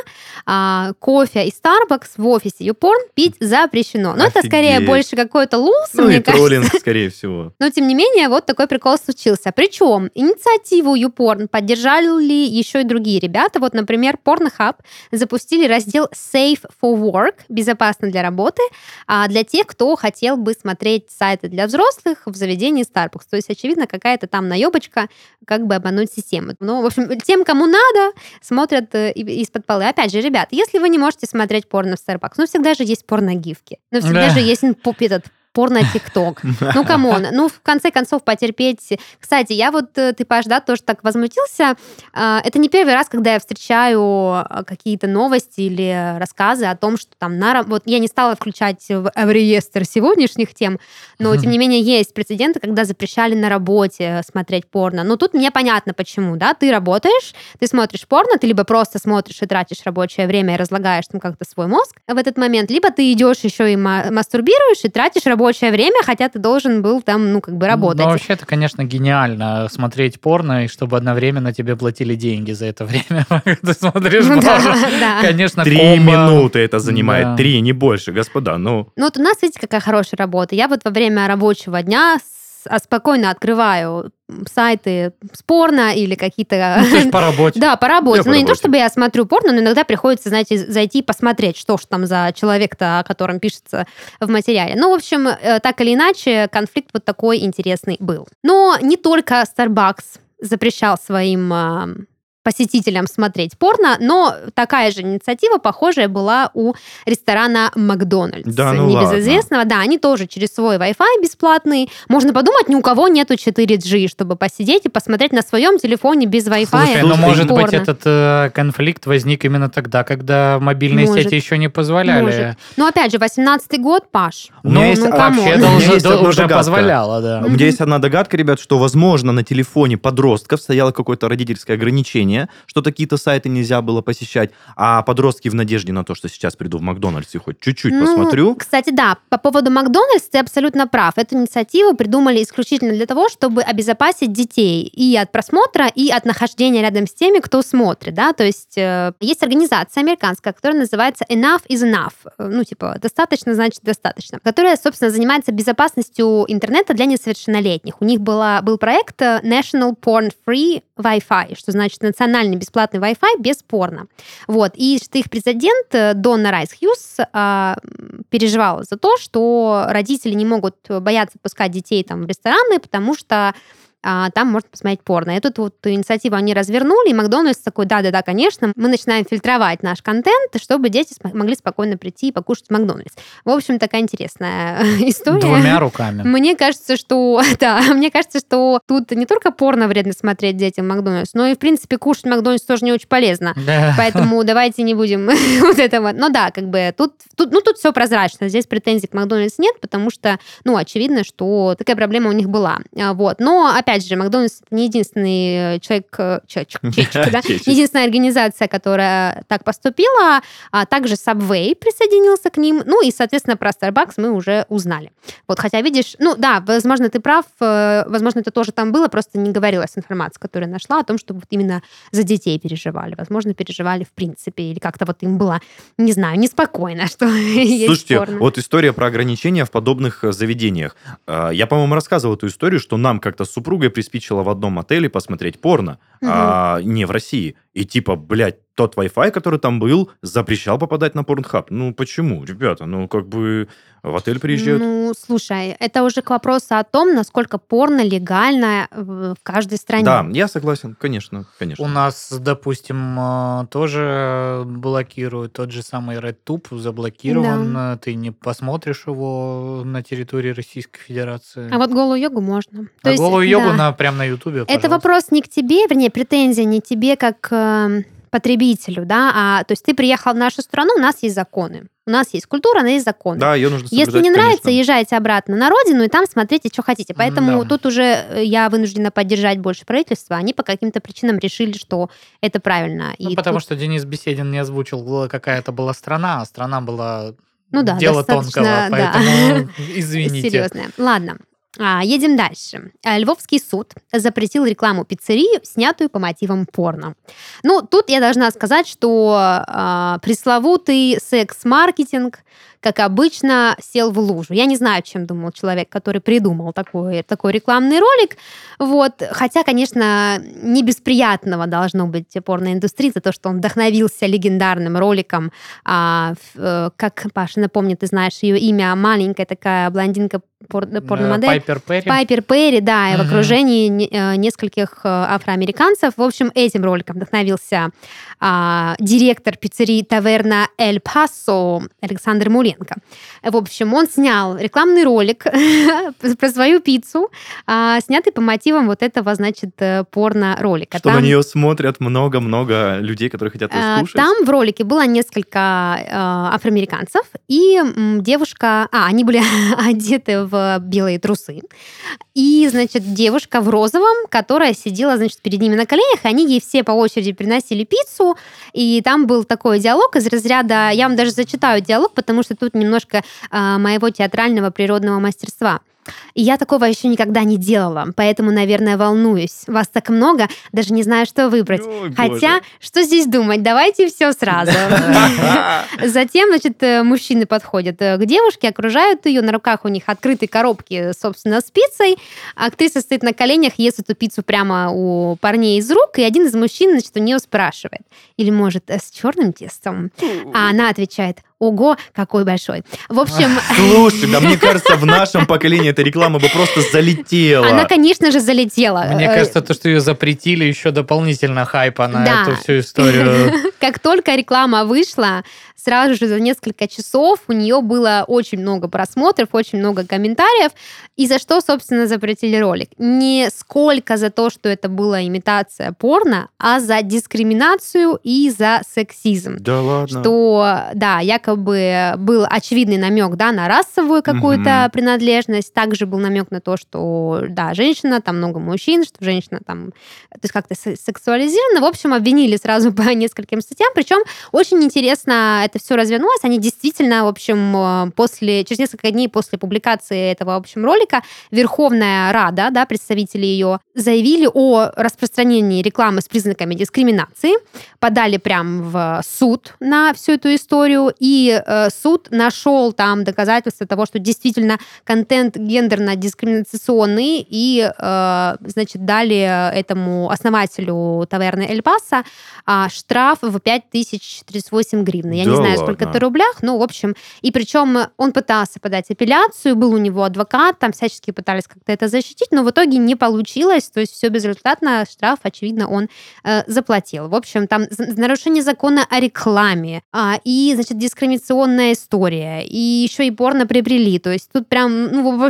а, кофе из Starbucks в офисе YouPorn пить запрещено. Но это скорее Офигеть. больше какой-то луз, Ну мне и кажется. троллинг, скорее всего. Но, тем не менее, вот такой прикол случился. Причем инициативу YouPorn поддержали еще и другие ребята. Вот, например, Pornhub запустили раздел Safe for Work, безопасно для работы, а для тех, кто хотел бы смотреть сайты для взрослых в заведении Starbucks. То есть, очевидно, какая-то там наебочка, как бы обмануть систему. Ну, в общем, тем, кому надо, смотрят э, и- из-под полы. Опять же, ребят, если вы не можете смотреть порно в Starbucks, ну, всегда же есть порногифки. Ну, всегда Да. же есть м, по- этот порно-тикток. Ну, камон. Ну, в конце концов, потерпеть. Кстати, я вот, э, ты, Паш, да, тоже так возмутился. А, Это не первый раз, когда я встречаю а, какие-то новости или рассказы о том, что там на... раб- Вот я не стала включать в в реестр сегодняшних тем, но, тем не менее, есть прецеденты, когда запрещали на работе смотреть порно. Но тут мне понятно, почему, да? Ты работаешь, ты смотришь порно, ты либо просто смотришь и тратишь рабочее время и разлагаешь там как-то свой мозг в этот момент, либо ты идешь еще и ма- мастурбируешь и тратишь рабочее время, хотя ты должен был там, ну, как бы работать. Ну, вообще, это, конечно, гениально смотреть порно, и чтобы одновременно тебе платили деньги за это время, пока ты смотришь Ну да, порно. да. Конечно, Три комбо. минуты это занимает. Да. Три, не больше, господа. Ну, Ну вот у нас, видите, какая хорошая работа. Я вот во время рабочего дня с- а, спокойно открываю сайты с порно или какие-то... Ну, то есть по работе. Да, по работе. Я по Ну, не то, работе. чтобы я смотрю порно, но иногда приходится, знаете, зайти и посмотреть, что ж там за человек-то, о котором пишется в материале. Ну, в общем, э, так или иначе, конфликт вот такой интересный был. Но не только Starbucks запрещал своим а, посетителям смотреть порно, но такая же инициатива, похожая, была у ресторана Макдональдс. Да, ну Небезызвестного. Да, они тоже через свой Wi-Fi бесплатный. Можно подумать, ни у кого нету четыре джи, чтобы посидеть и посмотреть на своем телефоне без Wi-Fi. Слушай, ну, Слушай, может быть, порно. этот э, конфликт возник именно тогда, когда мобильные Может. сети еще не позволяли. Может. Ну, опять же, восемнадцатый год, Паш. У меня Ну, есть- ну, а, вообще, камон. это У меня уже, есть да, одна уже догадка. позволяло, да. У меня есть одна догадка, ребят, что, возможно, на телефоне подростков стояло какое-то родительское ограничение, что какие-то сайты нельзя было посещать, а подростки в надежде на то, что сейчас приду в Макдональдс и хоть чуть-чуть Ну, посмотрю. Кстати, да, по поводу Макдональдс ты абсолютно прав. Эту инициативу придумали исключительно для того, чтобы обезопасить детей и от просмотра, и от нахождения рядом с теми, кто смотрит, да, то есть э, есть организация американская, которая называется Enough is Enough, э, ну, типа, достаточно, значит, достаточно, которая, собственно, занимается безопасностью интернета для несовершеннолетних. У них была, был проект э, National Porn Free Wi-Fi, что значит национальный бесплатный Wi-Fi без порно. Вот. И что их президент э, Донна Райс Хьюз а, переживала за то, что родители не могут бояться пускать детей там, в рестораны, потому что а, там можно посмотреть порно. И тут вот инициативу они развернули, и Макдональдс такой, да-да-да, конечно, мы начинаем фильтровать наш контент, чтобы дети см- могли спокойно прийти и покушать в Макдональдс. В общем, такая интересная история. Двумя руками. Мне кажется, что да, мне кажется, что тут не только порно вредно смотреть детям в Макдональдс, но и, в принципе, кушать в Макдональдс тоже не очень полезно. Да. Поэтому давайте не будем вот этого. Но да, как бы тут, тут, ну, тут все прозрачно. Здесь претензий к Макдональдс нет, потому что, ну, очевидно, что такая проблема у них была. А, Вот. Но, опять опять же, Макдональдс не единственный человек, человек, чечек, да? не единственная организация, которая так поступила, а также Subway присоединился к ним, ну и, соответственно, про Starbucks мы уже узнали. Вот, хотя, видишь, ну да, возможно, ты прав, возможно, это тоже там было, просто не говорилась информация, которую я нашла, о том, что вот именно за детей переживали. Возможно, переживали в принципе, или как-то вот им было, не знаю, неспокойно, что есть Слушайте, порно. вот история про ограничения в подобных заведениях. Я, по-моему, рассказывал эту историю, что нам как-то с супругой приспичило в одном отеле посмотреть порно, угу. а не в России. И типа, блядь, тот Wi-Fi, который там был, запрещал попадать на Pornhub. Ну, почему, ребята? Ну, как бы в отель приезжают. Ну, слушай, это уже к вопросу о том, насколько порно легально в каждой стране. Да, я согласен, конечно, конечно. У нас, допустим, тоже блокируют тот же самый RedTube, заблокирован, да. Ты не посмотришь его на территории Российской Федерации. А вот голую йогу можно. А То голую есть, йогу да. на, прям на Ютубе, Это вопрос не к тебе, вернее, претензия не тебе как э, потребителю, да, а то есть ты приехал в нашу страну, у нас есть законы. У нас есть культура, у нас есть законы. Да, ее нужно соблюдать, Если не нравится, конечно. Езжайте обратно на родину и там смотрите, что хотите. Поэтому да. тут уже я вынуждена поддержать больше правительства. Они по каким-то причинам решили, что это правильно. Ну, и потому тут... что Денис Беседин не озвучил, какая это была страна, а страна была ну, да, дело тонкого, поэтому да. извините. Серьезная. Ладно. А, едем дальше. Львовский суд запретил рекламу пиццерии, снятую по мотивам порно. Ну, тут я должна сказать, что а, пресловутый секс-маркетинг, как обычно, сел в лужу. Я не знаю, чем думал человек, который придумал такой, такой рекламный ролик. Вот. Хотя, конечно, не без приятного должно быть порноиндустрии за то, что он вдохновился легендарным роликом. А, в, как, Паша, напомни, ты знаешь ее имя, маленькая такая блондинка, порномодель. Пайпер Перри. Пайпер Перри, да, и угу. в окружении нескольких афроамериканцев. В общем, этим роликом вдохновился а, директор пиццерии таверна Эль Пасо Александр Муленко. В общем, он снял рекламный ролик про свою пиццу, а, снятый по мотивам вот этого, значит, порно-ролика. Что там, на нее смотрят много-много людей, которые хотят ее скушать? Там в ролике было несколько а, афроамериканцев, и м, девушка... А, они были одеты в белые трусы. И, значит, девушка в розовом, которая сидела, значит, перед ними на коленях, и они ей все по очереди приносили пиццу, и там был такой диалог из разряда... Я вам даже зачитаю диалог, потому что тут немножко э, моего театрального природного мастерства. И я такого еще никогда не делала, поэтому, наверное, волнуюсь. Вас так много, даже не знаю, что выбрать. Ой, Хотя, боже. Что здесь думать? Давайте все сразу. Затем, значит, мужчины подходят к девушке, окружают ее, на руках у них открытые коробки, собственно, с пиццей. Актриса стоит на коленях, ест эту пиццу прямо у парней из рук, и один из мужчин, значит, у нее спрашивает. Или, может, с черным тестом? А она отвечает: ого, какой большой. В общем... Слушай, да мне кажется, в нашем поколении эта реклама бы просто залетела. Она, конечно же, залетела. Мне кажется, то, что ее запретили, еще дополнительно хайпа на да. эту всю историю. Как только реклама вышла, сразу же за несколько часов у нее было очень много просмотров, очень много комментариев. И за что, собственно, запретили ролик? Не сколько за то, что это была имитация порно, а за дискриминацию и за сексизм. Да ладно? Что, да, якобы был очевидный намек, да, на расовую какую-то mm-hmm. принадлежность. Также был намек на то, что, да, женщина, там много мужчин, что женщина там, то есть как-то сексуализирована. В общем, обвинили сразу по нескольким статьям. Причем очень интересно это все развернулось. Они действительно, в общем, после, через несколько дней после публикации этого, в общем, ролика Верховная Рада, да, представители ее, заявили о распространении рекламы с признаками дискриминации, подали прям в суд на всю эту историю, и э, суд нашел там доказательства того, что действительно контент гендерно-дискриминационный, и, э, значит, дали этому основателю таверны Эль Пасо э, штраф в пять тысяч тридцать восемь гривен. Я да не знаю, ладно. Сколько это в рублях, но, в общем, и причем он пытался подать апелляцию, был у него адвокат, там всячески пытались как-то это защитить, но в итоге не получилось, то есть все безрезультатно, штраф, очевидно, он э, заплатил. В общем, там нарушение закона о рекламе, а, и, значит, дискриминационная история, и еще и порно приобрели, то есть тут прям, ну, в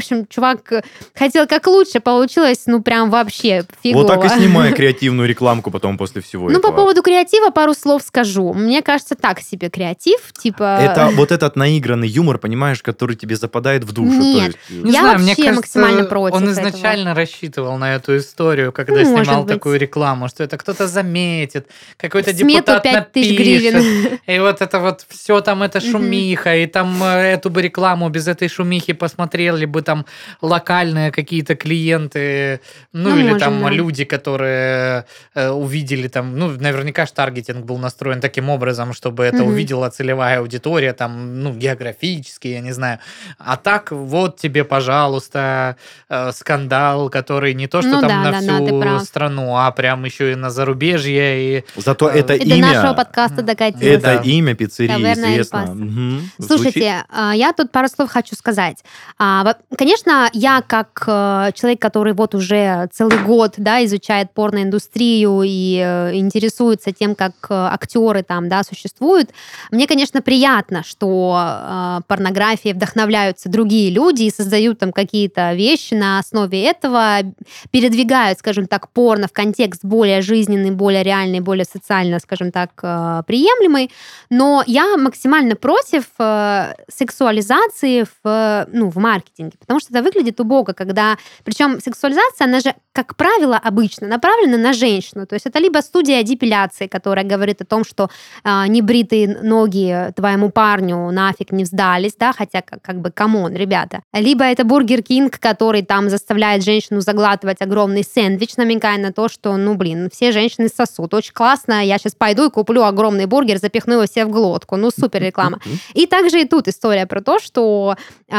общем, чувак хотел как лучше, получилось, ну, прям вообще фигово. Вот так и снимай креативную рекламку потом после всего Ну, этого. по поводу креатива пару слов скажу. Мне кажется, так себе креатив, типа... Это вот этот наигранный юмор, понимаешь, который тебе западает в душу. Нет. То есть... Не Я знаю, вообще мне кажется, максимально против он этого. изначально рассчитывал на эту историю, когда Может снимал быть. такую рекламу, что это кто-то заметит, какой-то Смету депутат пять тысяч напишет, гривен. и вот это вот все там, это Мгм. шумиха, и там э, эту бы рекламу без этой шумихи посмотрели бы там локальные какие-то клиенты, ну, Ну, или может, там да. люди, которые э, увидели там, ну, наверняка ж таргетинг был настроен таким образом, чтобы это Мгм. увидела целевая аудитория, там, ну, географически, я не знаю. А так, вот тебе, пожалуйста, э, скандал, который не то, что Ну там да, на да, да, ты всю прав. страну, а прям еще и на зарубежье. И, Зато э, это И до нашего имя... подкаста М, докатилось. Это Да. имя пиццерии Таверна Эль известно. Пасо. Мгм. Звучит- Слушайте, а, я тут пару слов хочу сказать. А, во- Конечно, я как э, человек, который вот уже целый год, да, изучает порноиндустрию и э, интересуется тем, как э, актеры там, да, существуют, мне, конечно, приятно, что э, порнографией вдохновляются другие люди и создают там какие-то вещи на основе этого, передвигают, скажем так, порно в контекст более жизненный, более реальный, более социально, скажем так, э, приемлемый. Но я максимально против э, сексуализации в, ну, в маркетинге, потому что это выглядит убого, когда... Причем сексуализация, она же, как правило, обычно направлена на женщину. То есть это либо студия депиляции, которая говорит о том, что э, небритые ноги твоему парню нафиг не сдались, да, хотя как, как бы, камон, ребята. Либо это Бургер Кинг, который там заставляет женщину заглатывать огромный сэндвич, намекая на то, что, ну, блин, все женщины сосут. Очень классно, я сейчас пойду и куплю огромный бургер, запихну его себе в глотку. Ну, супер реклама. И также и тут история про то, что э,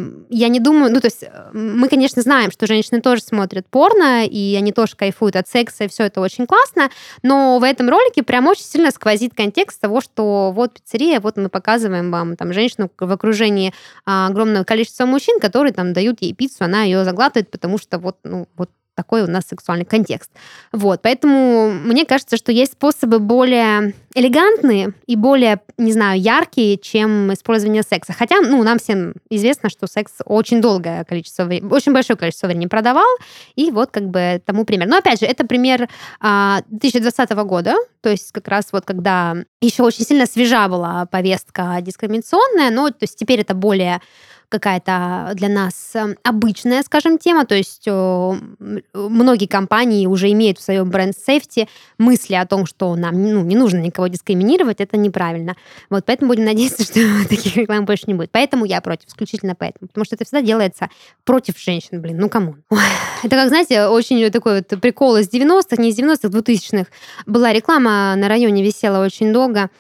я не думаю, ну, то есть э, мы, конечно, знаем, что женщины тоже смотрят порно, и они тоже кайфуют от секса, и все это очень классно, но в этом ролике прям очень сильно сквозит контекст того, что вот пиццерия, вот мы показываем вам там женщину в окружении а, огромного количества мужчин, которые там дают ей пиццу, она ее заглатывает, потому что вот, ну, вот такой у нас сексуальный контекст. Вот, поэтому мне кажется, что есть способы более элегантные и более, не знаю, яркие, чем использование секса. Хотя, ну, нам всем известно, что секс очень долгое количество времени, очень большое количество времени продавал, и вот как бы тому пример. Но, опять же, это пример а, две тысячи двадцатого года, то есть как раз вот когда еще очень сильно свежа была повестка дискриминационная, но то есть теперь это более какая-то для нас э, обычная, скажем, тема, то есть э, м- многие компании уже имеют в своем бренд-сейфти мысли о том, что нам, ну, не нужно никого дискриминировать, это неправильно. Вот, поэтому будем надеяться, что таких реклам больше не будет. Поэтому я против, исключительно поэтому, потому что это всегда делается против женщин, блин, ну камон. Ой, это, как, знаете, очень такой вот прикол из девяностых, не из девяностых, двухтысячных. Была реклама на районе, висела очень долго,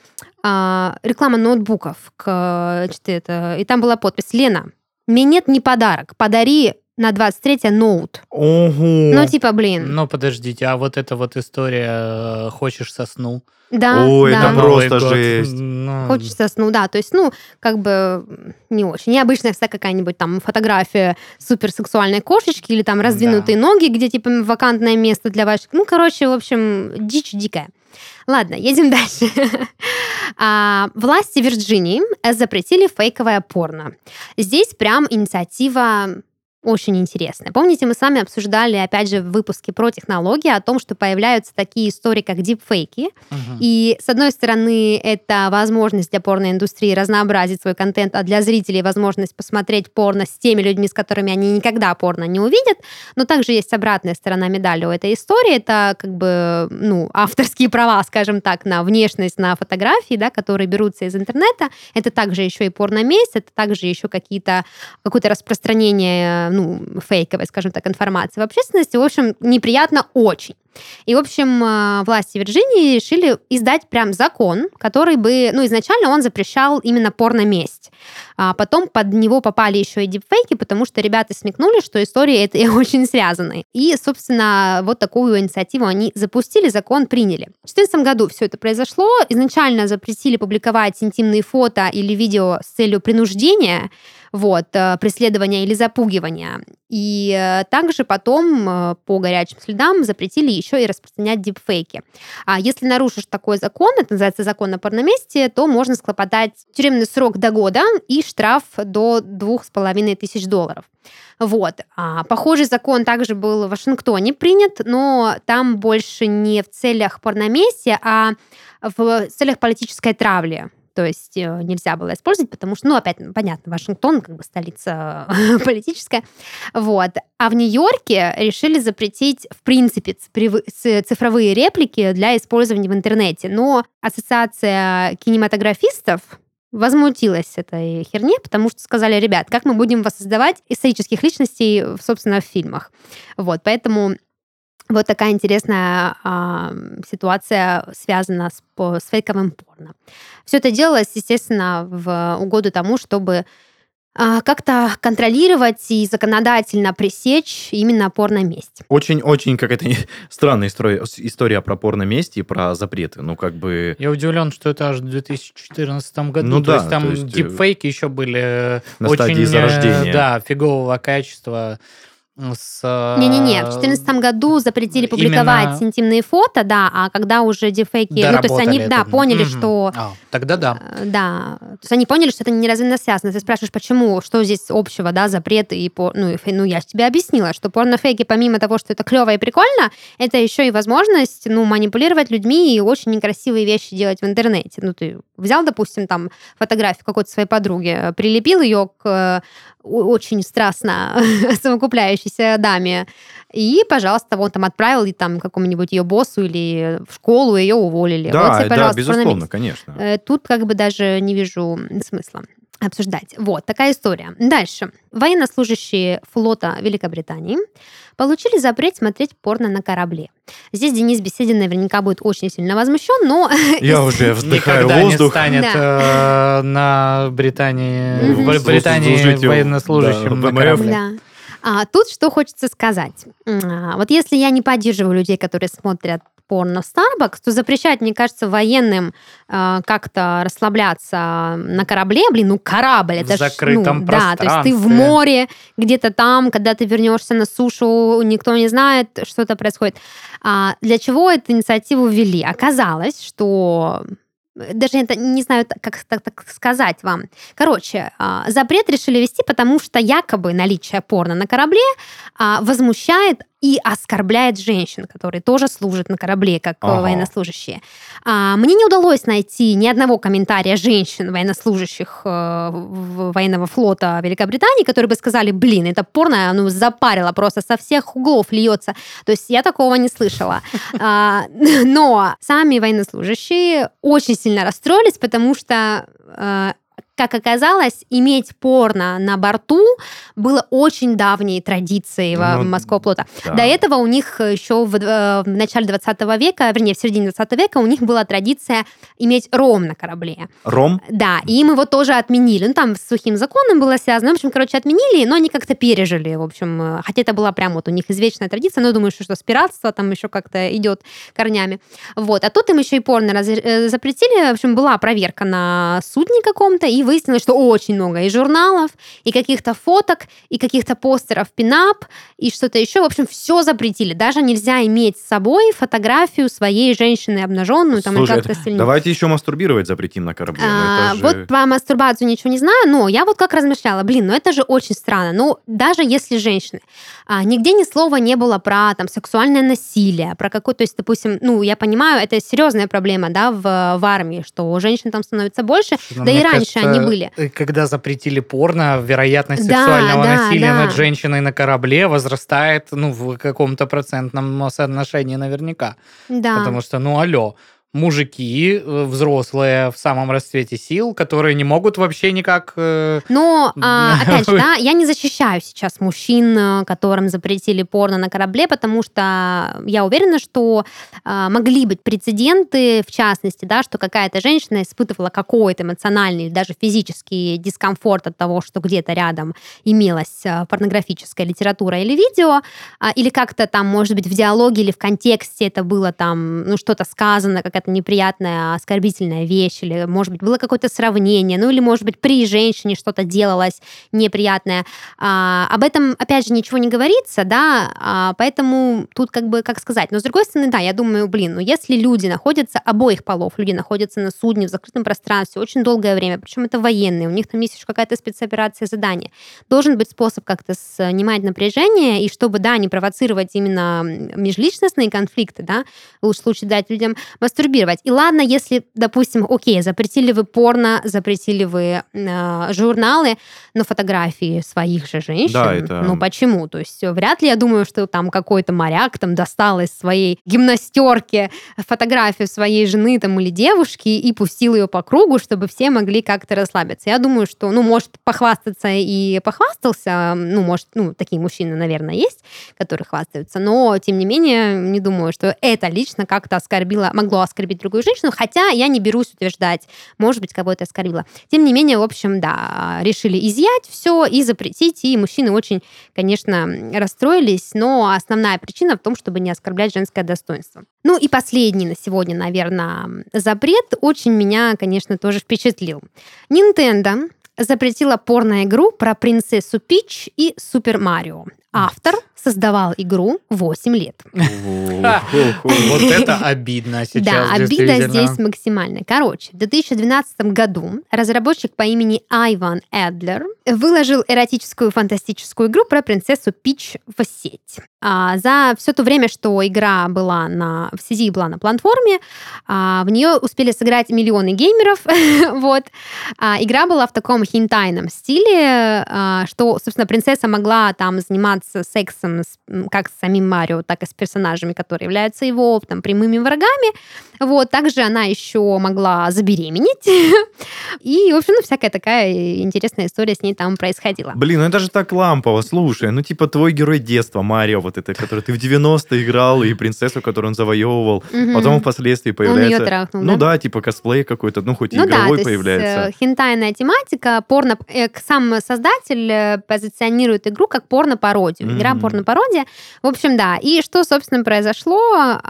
а, реклама ноутбуков, к, значит, это, и там была подпись: «Лена, минет не подарок, подари на двадцать третье ноут». Ого. Ну, типа, блин. Ну, подождите, а вот эта вот история э, «Хочешь сосну»? Да, Ой, да. это На Новый просто год. жесть. Ну, Хочется сну, да, то есть, ну, как бы не очень. Необычная всегда какая-нибудь там фотография суперсексуальной кошечки или там раздвинутые Да. ноги, где типа вакантное место для ваших. Ну, короче, в общем, дичь дикая. Ладно, едем дальше. А, власти Вирджинии запретили фейковое порно. Здесь прям инициатива очень интересная. Помните, мы с вами обсуждали, опять же, в выпуске про технологии о том, что появляются такие истории, как дипфейки. мгм. И, с одной стороны, это возможность для порноиндустрии разнообразить свой контент, а для зрителей возможность посмотреть порно с теми людьми, с которыми они никогда порно не увидят. Но также есть обратная сторона медали у этой истории. Это как бы, ну, авторские права, скажем так, на внешность, на фотографии, да, которые берутся из интернета. Это также еще и порноместь, это также еще какие-то, какое-то распространение, ну, фейковой, скажем так, информации в общественности. В общем, неприятно очень. И, в общем, э, власти Вирджинии решили издать прям закон, который бы, ну, изначально он запрещал именно порноместь. А потом под него попали еще и дипфейки, потому что ребята смекнули, что истории эти очень связаны. И, собственно, вот такую инициативу они запустили, закон приняли. В две тысячи четырнадцатом году все это произошло. Изначально запретили публиковать интимные фото или видео с целью принуждения. вот, э, преследования или запугивания. И э, также потом э, по горячим следам запретили еще и распространять дипфейки. А если нарушишь такой закон, это называется закон о порноместии, то можно схлопотать тюремный срок до года и штраф до двух с половиной тысяч долларов. Вот. А похожий закон также был в Вашингтоне принят, но там больше не в целях порноместия, а в целях политической травли. То есть нельзя было использовать, потому что, ну, опять, понятно, Вашингтон, как бы столица политическая. Вот. А в Нью-Йорке решили запретить, в принципе, цифровые реплики для использования в интернете. Но Ассоциация кинематографистов возмутилась этой херне, потому что сказали: ребят, как мы будем воссоздавать исторических личностей, собственно, в фильмах. Вот, поэтому вот такая интересная а, ситуация связана с, с фейковым порно. Все это делалось, естественно, в угоду тому, чтобы а, как-то контролировать и законодательно пресечь именно порноместь. Очень-очень какая-то странная история, история про порноместь и про запреты. Ну, как бы... Я удивлен, что это аж в две тысячи четырнадцатом году. Ну, то да, есть там то есть, дипфейки еще были на очень, стадии зарождения. Да, фигового качества. С, Не-не-не, в две тысячи четырнадцатом году запретили публиковать именно... интимные фото, да, а когда уже дипфейки... Ну, то есть они, это. да, поняли, угу. что... А, тогда да. Да. То есть они поняли, что это неразрывно связано. Ты спрашиваешь, почему, что здесь общего, да, запреты и... По... Ну, и... ну, я же тебе объяснила, что порнофейки, помимо того, что это клево и прикольно, это еще и возможность, ну, манипулировать людьми и очень некрасивые вещи делать в интернете. Ну, ты взял, допустим, там, фотографию какой-то своей подруги, прилепил ее к очень страстно совокупляющейся даме, и, пожалуйста, вот там отправил и там какому-нибудь ее боссу или в школу, ее уволили. Да, вот тебе, да, безусловно, конечно. Тут как бы даже не вижу смысла обсуждать. Вот, такая история. Дальше. Военнослужащие флота Великобритании получили запрет смотреть порно на корабле. Здесь Денис Беседин наверняка будет очень сильно возмущен, но... Я уже вздыхаю Никогда воздух. не станет да. э, на Британии, Угу. в Британии военнослужащим да, на корабле. Да. А, тут что хочется сказать. А, вот если я не поддерживаю людей, которые смотрят порно в Starbucks, то запрещать, мне кажется, военным э, как-то расслабляться на корабле. Блин, ну корабль, это в закрытом ж, ну, пространстве. Да, то есть ты в море, где-то там, когда ты вернешься на сушу, никто не знает, что-то происходит. А для чего эту инициативу ввели? Оказалось, что... Даже это не знаю, как так, так сказать вам. Короче, запрет решили ввести, потому что якобы наличие порно на корабле возмущает и оскорбляет женщин, которые тоже служат на корабле, как ага. военнослужащие. Мне не удалось найти ни одного комментария женщин, военнослужащих военного флота Великобритании, которые бы сказали: блин, это порно, ну, запарило, просто со всех углов льется. То есть я такого не слышала. Но сами военнослужащие очень сильно расстроились, потому что... Как оказалось, иметь порно на борту было очень давней традицией ну, морского флота. Да. До этого у них еще в, в начале двадцатого века, вернее, в середине двадцатого века у них была традиция иметь ром на корабле. Ром? Да, и им его тоже отменили. Ну, там с сухим законом было связано. В общем, короче, отменили, но они как-то пережили, в общем. Хотя это была прям вот у них извечная традиция, но думаю, что, что с пиратства там еще как-то идет корнями. Вот. А тут им еще и порно раз... запретили. В общем, была проверка на судне каком-то, и выяснилось, что очень много и журналов, и каких-то фоток, и каких-то постеров пинап, и что-то еще. В общем, все запретили. Даже нельзя иметь с собой фотографию своей женщины обнаженную. Там, Слушай, как-то сильно... давайте еще мастурбировать запретим на корабле. А, же... Вот про мастурбацию ничего не знаю, но я вот как размышляла, блин, ну это же очень странно. Ну, даже если женщины... А, нигде ни слова не было про там сексуальное насилие, про какое-то... То есть, допустим, ну, я понимаю, это серьезная проблема, да, в, в армии, что женщин там становится больше, но да и раньше кажется, они были. Когда запретили порно, вероятность да, сексуального да, насилия да. над женщиной на корабле возрастает, ну, в каком-то процентном соотношении наверняка. Да. Потому что, ну, алло, мужики взрослые в самом расцвете сил, которые не могут вообще никак... Э... Но, а, опять же, да, я не защищаю сейчас мужчин, которым запретили порно на корабле, потому что я уверена, что а, могли быть прецеденты, в частности, да, что какая-то женщина испытывала какой-то эмоциональный или даже физический дискомфорт от того, что где-то рядом имелась порнографическая литература или видео, а, или как-то там, может быть, в диалоге или в контексте это было там, ну, что-то сказано, какая какая-то неприятная, оскорбительная вещь, или, может быть, было какое-то сравнение, ну, или, может быть, при женщине что-то делалось неприятное. А, об этом, опять же, ничего не говорится, да, а, поэтому тут как бы, как сказать. Но, с другой стороны, да, я думаю, блин, ну, если люди находятся, обоих полов, люди находятся на судне в закрытом пространстве очень долгое время, причем это военные, у них там есть еще какая-то спецоперация, задание, должен быть способ как-то снимать напряжение, и чтобы, да, не провоцировать именно межличностные конфликты, да, лучше случае дать людям мастурбировать. И ладно, если, допустим, окей, запретили вы порно, запретили вы э, журналы, но фотографии своих же женщин, Да, это... ну почему? То есть вряд ли я думаю, что там какой-то моряк там достал из своей гимнастерки фотографию своей жены там или девушки и пустил ее по кругу, чтобы все могли как-то расслабиться. Я думаю, что, ну, может похвастаться и похвастался, ну, может, ну, такие мужчины, наверное, есть, которые хвастаются, но, тем не менее, не думаю, что это лично как-то оскорбило, могло оскорбить другую женщину, хотя я не берусь утверждать, может быть, кого-то оскорбило. Тем не менее, в общем, да, решили изъять все и запретить, и мужчины очень, конечно, расстроились, но основная причина в том, чтобы не оскорблять женское достоинство. Ну и последний на сегодня, наверное, запрет очень меня, конечно, тоже впечатлил. Nintendo запретила порно-игру про принцессу Пич и Супер Марио. Автор создавал игру восемь лет. Вот это обидно сейчас. Да, обида здесь максимальная. Короче, в две тысячи двенадцатом году разработчик по имени Айван Эдлер выложил эротическую фантастическую игру про принцессу Пич в сеть. А за все то время, что игра была на, в сети была на платформе, а, в нее успели сыграть миллионы геймеров. Вот. А, игра была в таком хентайном стиле, а, что, собственно, принцесса могла там заниматься сексом с, как с самим Марио, так и с персонажами, которые являются его там, прямыми врагами. Вот. Также она еще могла забеременеть. И, в общем, ну, всякая такая интересная история с ней там происходила. Блин, ну это же так лампово, слушай. Ну, типа, твой герой детства, Марио, вот это, который ты в девяностые играл, и принцессу, которую он завоевывал. Мгм. Потом впоследствии появляется... Он ее трахнул, ну да? да, типа косплей какой-то, ну хоть и Ну да, игровой то появляется. есть э, хентайная тематика, порно... э, сам создатель э, позиционирует игру как порно-пародию. Игра Мгм. порно-пародия. В общем, да. И что, собственно, произошло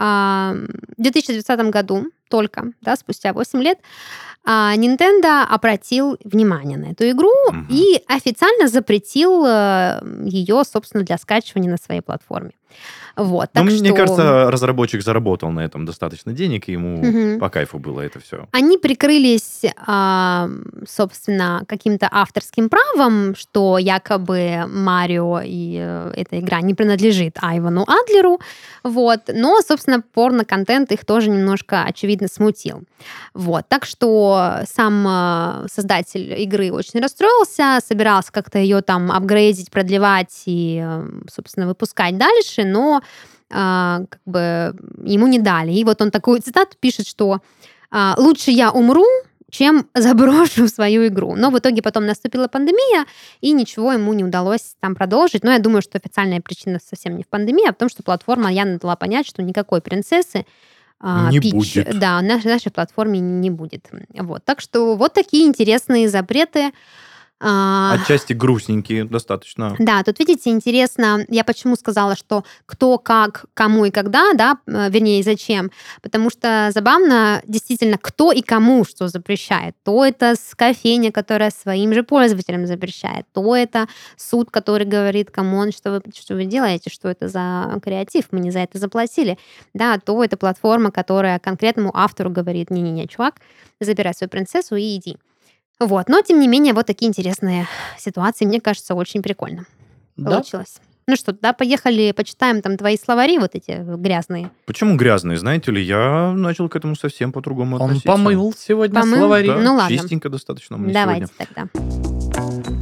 а, в две тысячи двадцатом году, только, да, спустя восемь лет, а, Nintendo обратил внимание на эту игру Мгм. и официально запретил э, ее, собственно, для скачивания на своей платформе. Вот, Ну, так мне что... кажется, разработчик заработал на этом достаточно денег, и ему Мгм. по кайфу было это все. Они прикрылись, а, собственно, каким-то авторским правом, что якобы Марио и э, эта игра не принадлежит Айвану Адлеру, вот. Но, собственно, порно-контент их тоже немножко, очевидно, смутил. Вот. Так что сам э, создатель игры очень расстроился, собирался как-то ее там апгрейдить, продлевать и, э, собственно, выпускать дальше, но а, как бы ему не дали. И вот он такую цитату пишет, что а, «лучше я умру, чем заброшу свою игру». Но в итоге потом наступила пандемия, и ничего ему не удалось там продолжить. Но я думаю, что официальная причина совсем не в пандемии, а в том, что платформа явно дала понять, что никакой принцессы а, Не Пич, будет. да, на нашей платформе не будет. Вот. Так что вот такие интересные запреты. А, Отчасти грустненькие достаточно. Да, тут, видите, интересно, я почему сказала, что кто, как, кому и когда, да, э, вернее, зачем, потому что забавно, действительно, кто и кому что запрещает. То это с- кофейня, которая своим же пользователям запрещает, то это суд, который говорит, камон, что вы, что вы делаете, что это за креатив, мы не за это заплатили, да, то это платформа, которая конкретному автору говорит, не-не-не, чувак, забирай свою принцессу и иди. Вот. Но, тем не менее, вот такие интересные ситуации, мне кажется, очень прикольно Да. получилось. Ну что, да, поехали, почитаем там твои словари вот эти грязные. Почему грязные, знаете ли? Я начал к этому совсем по-другому Он относиться. помыл сегодня Помыл? словари. Да, Ну ладно. чистенько достаточно мне Давайте сегодня. тогда.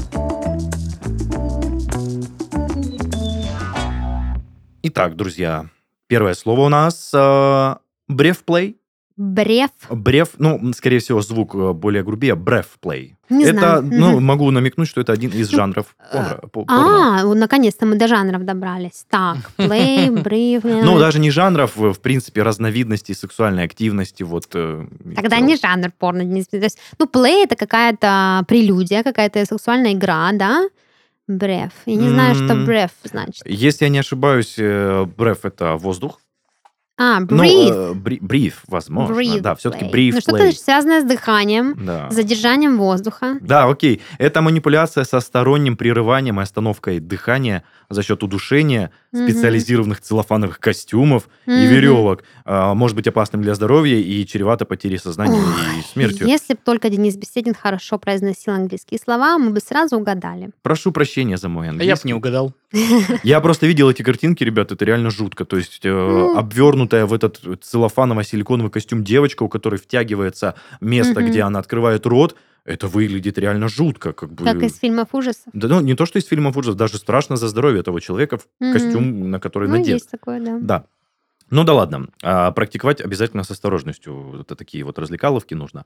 Итак, друзья, первое слово у нас э, брефплей. Бреф. Бреф, ну, скорее всего, звук э, более грубее. Брефплей. Не это, знаю. ну, Мгм. могу намекнуть, что это один из Ну, жанров порно. по- порно. А, вот наконец-то мы до жанров добрались. Так, плей, бриф. Ну, даже не жанров, в в принципе, разновидностей сексуальной активности. Вот, э, и Тогда всё. не жанр порно. не- То есть, ну, плей это какая-то прелюдия, какая-то сексуальная игра, да? Бреф. Я не знаю, что М. бреф значит. Если я не ошибаюсь, э, бреф — это воздух. А, Ну, breathe. э, бри- brief, возможно. Breathe Да, все-таки play. brief Ну, что-то play. связанное с дыханием, Да. с задержанием воздуха. Да, окей. Это манипуляция со сторонним прерыванием и остановкой дыхания за счет удушения, Мгм. специализированных целлофановых костюмов и Мгм. веревок. А, может быть опасным для здоровья и чревато потерей сознания Ой, и смертью. если бы только Денис Беседин хорошо произносил английские слова, мы бы сразу угадали. Прошу прощения за мой А я бы английский. не угадал. Я просто видел эти картинки, ребят, это реально жутко. То есть э, Ну. обвернутая в этот целлофаново-силиконовый костюм девочка, у которой втягивается место, Мгм. где она открывает рот, это выглядит реально жутко. Как бы... Как из фильмов ужасов. Да, ну, не то, что из фильмов ужасов, даже страшно за здоровье этого человека, в Мгм. костюм, на который Ну, надет. есть такое, да. Да. Ну да ладно. А практиковать обязательно с осторожностью. Вот такие вот развлекаловки нужно.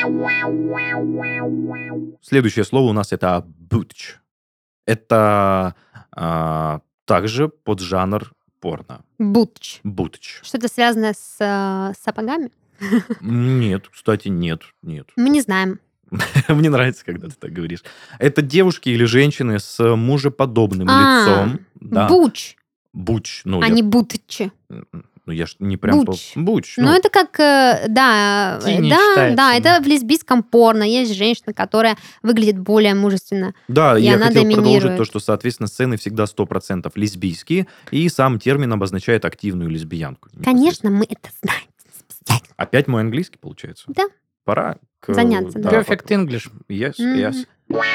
Следующее слово у нас это бутч. Это а, также поджанр порно. Бутч. Бутч. Что-то связанное с э, сапогами? Нет, кстати, нет, нет. Мы не знаем. Мне нравится, когда ты так говоришь. Это девушки или женщины с мужеподобным А, лицом. Да. Буч, Буч. Ну, а я, не бутчи. ну, я ж не прям... Буч. по- Буч. Ну, ну, это как, э, да, э, Тини да, считается, да, да. это в лесбийском порно. Есть женщина, которая выглядит более мужественно. Да, И я она хотел продолжить доминирует. то, что, соответственно, сцены всегда сто процентов лесбийские, и сам термин обозначает активную лесбиянку. Конечно, мы это знаем. Опять мой английский, получается? Да. Пора к... Заняться, да. Perfect English. Yes, Мгм. yes.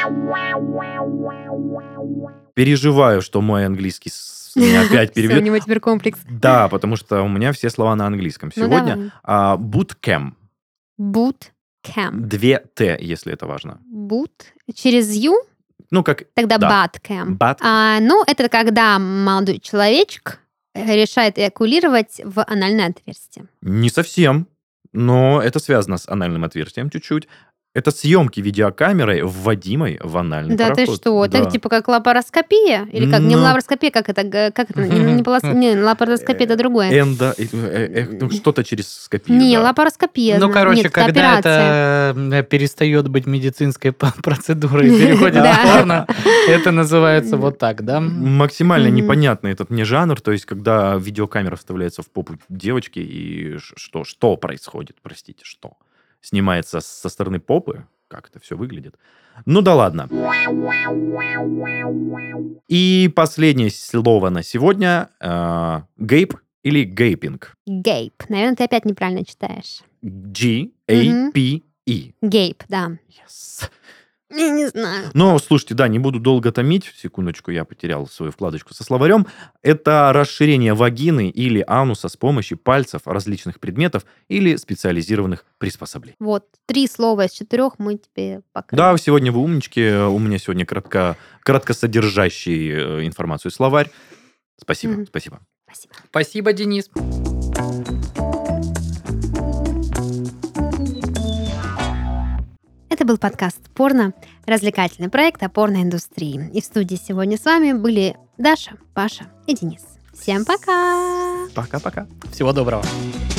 Переживаю, что мой английский с- меня опять Всё, у переведет. него теперь комплекс. Да, потому что у меня все слова на английском. Ну, Сегодня давай. а, bootcamp. Boot camp. Две Т, если это важно. Boot через ю, Ну, как тогда Да. butt camp. Butt. А, ну, это когда молодой человечек э, решает эякулировать в анальное отверстие. не совсем, но это связано с анальным отверстием чуть-чуть. Это съемки видеокамерой, вводимой в анальный Да ты проход. что? Да. Это типа как лапароскопия? Или как? Не Ну. лапароскопия, как это? г- Как это? Не, не полос- не, лапароскопия это другое. Эндо... э, э, э, ну, что-то через скопию. Не, да. лапароскопия. Ну, зна- короче, Нет, когда операция. это э, перестает быть медицинской п- процедурой и переходит Да. в порно, это называется вот так, да? Максимально Мгм. непонятный этот мне жанр, то есть когда видеокамера вставляется в попу девочки, и ш- что, что происходит, простите, что? Снимается со стороны попы, как это все выглядит. Ну да ладно. И последнее слово на сегодня. э, гейп или гейпинг. Гейп. Наверное, ты опять неправильно читаешь. G A P E. Гейп, да. Yes. Я не знаю. Но, слушайте, да, не буду долго томить. Секундочку, я потерял свою вкладочку со словарем. Это расширение вагины или ануса с помощью пальцев, различных предметов или специализированных приспособлений. Вот, три слова из четырех мы тебе покрыли. Да, сегодня вы умнички. У меня сегодня кратко, краткосодержащий э, информацию словарь. Спасибо, Мгм. спасибо. Спасибо. Спасибо, Денис. Это был подкаст «Порно», развлекательный проект о порноиндустрии. И в студии сегодня с вами были Даша, Паша и Денис. Всем пока! Пока-пока. Всего доброго.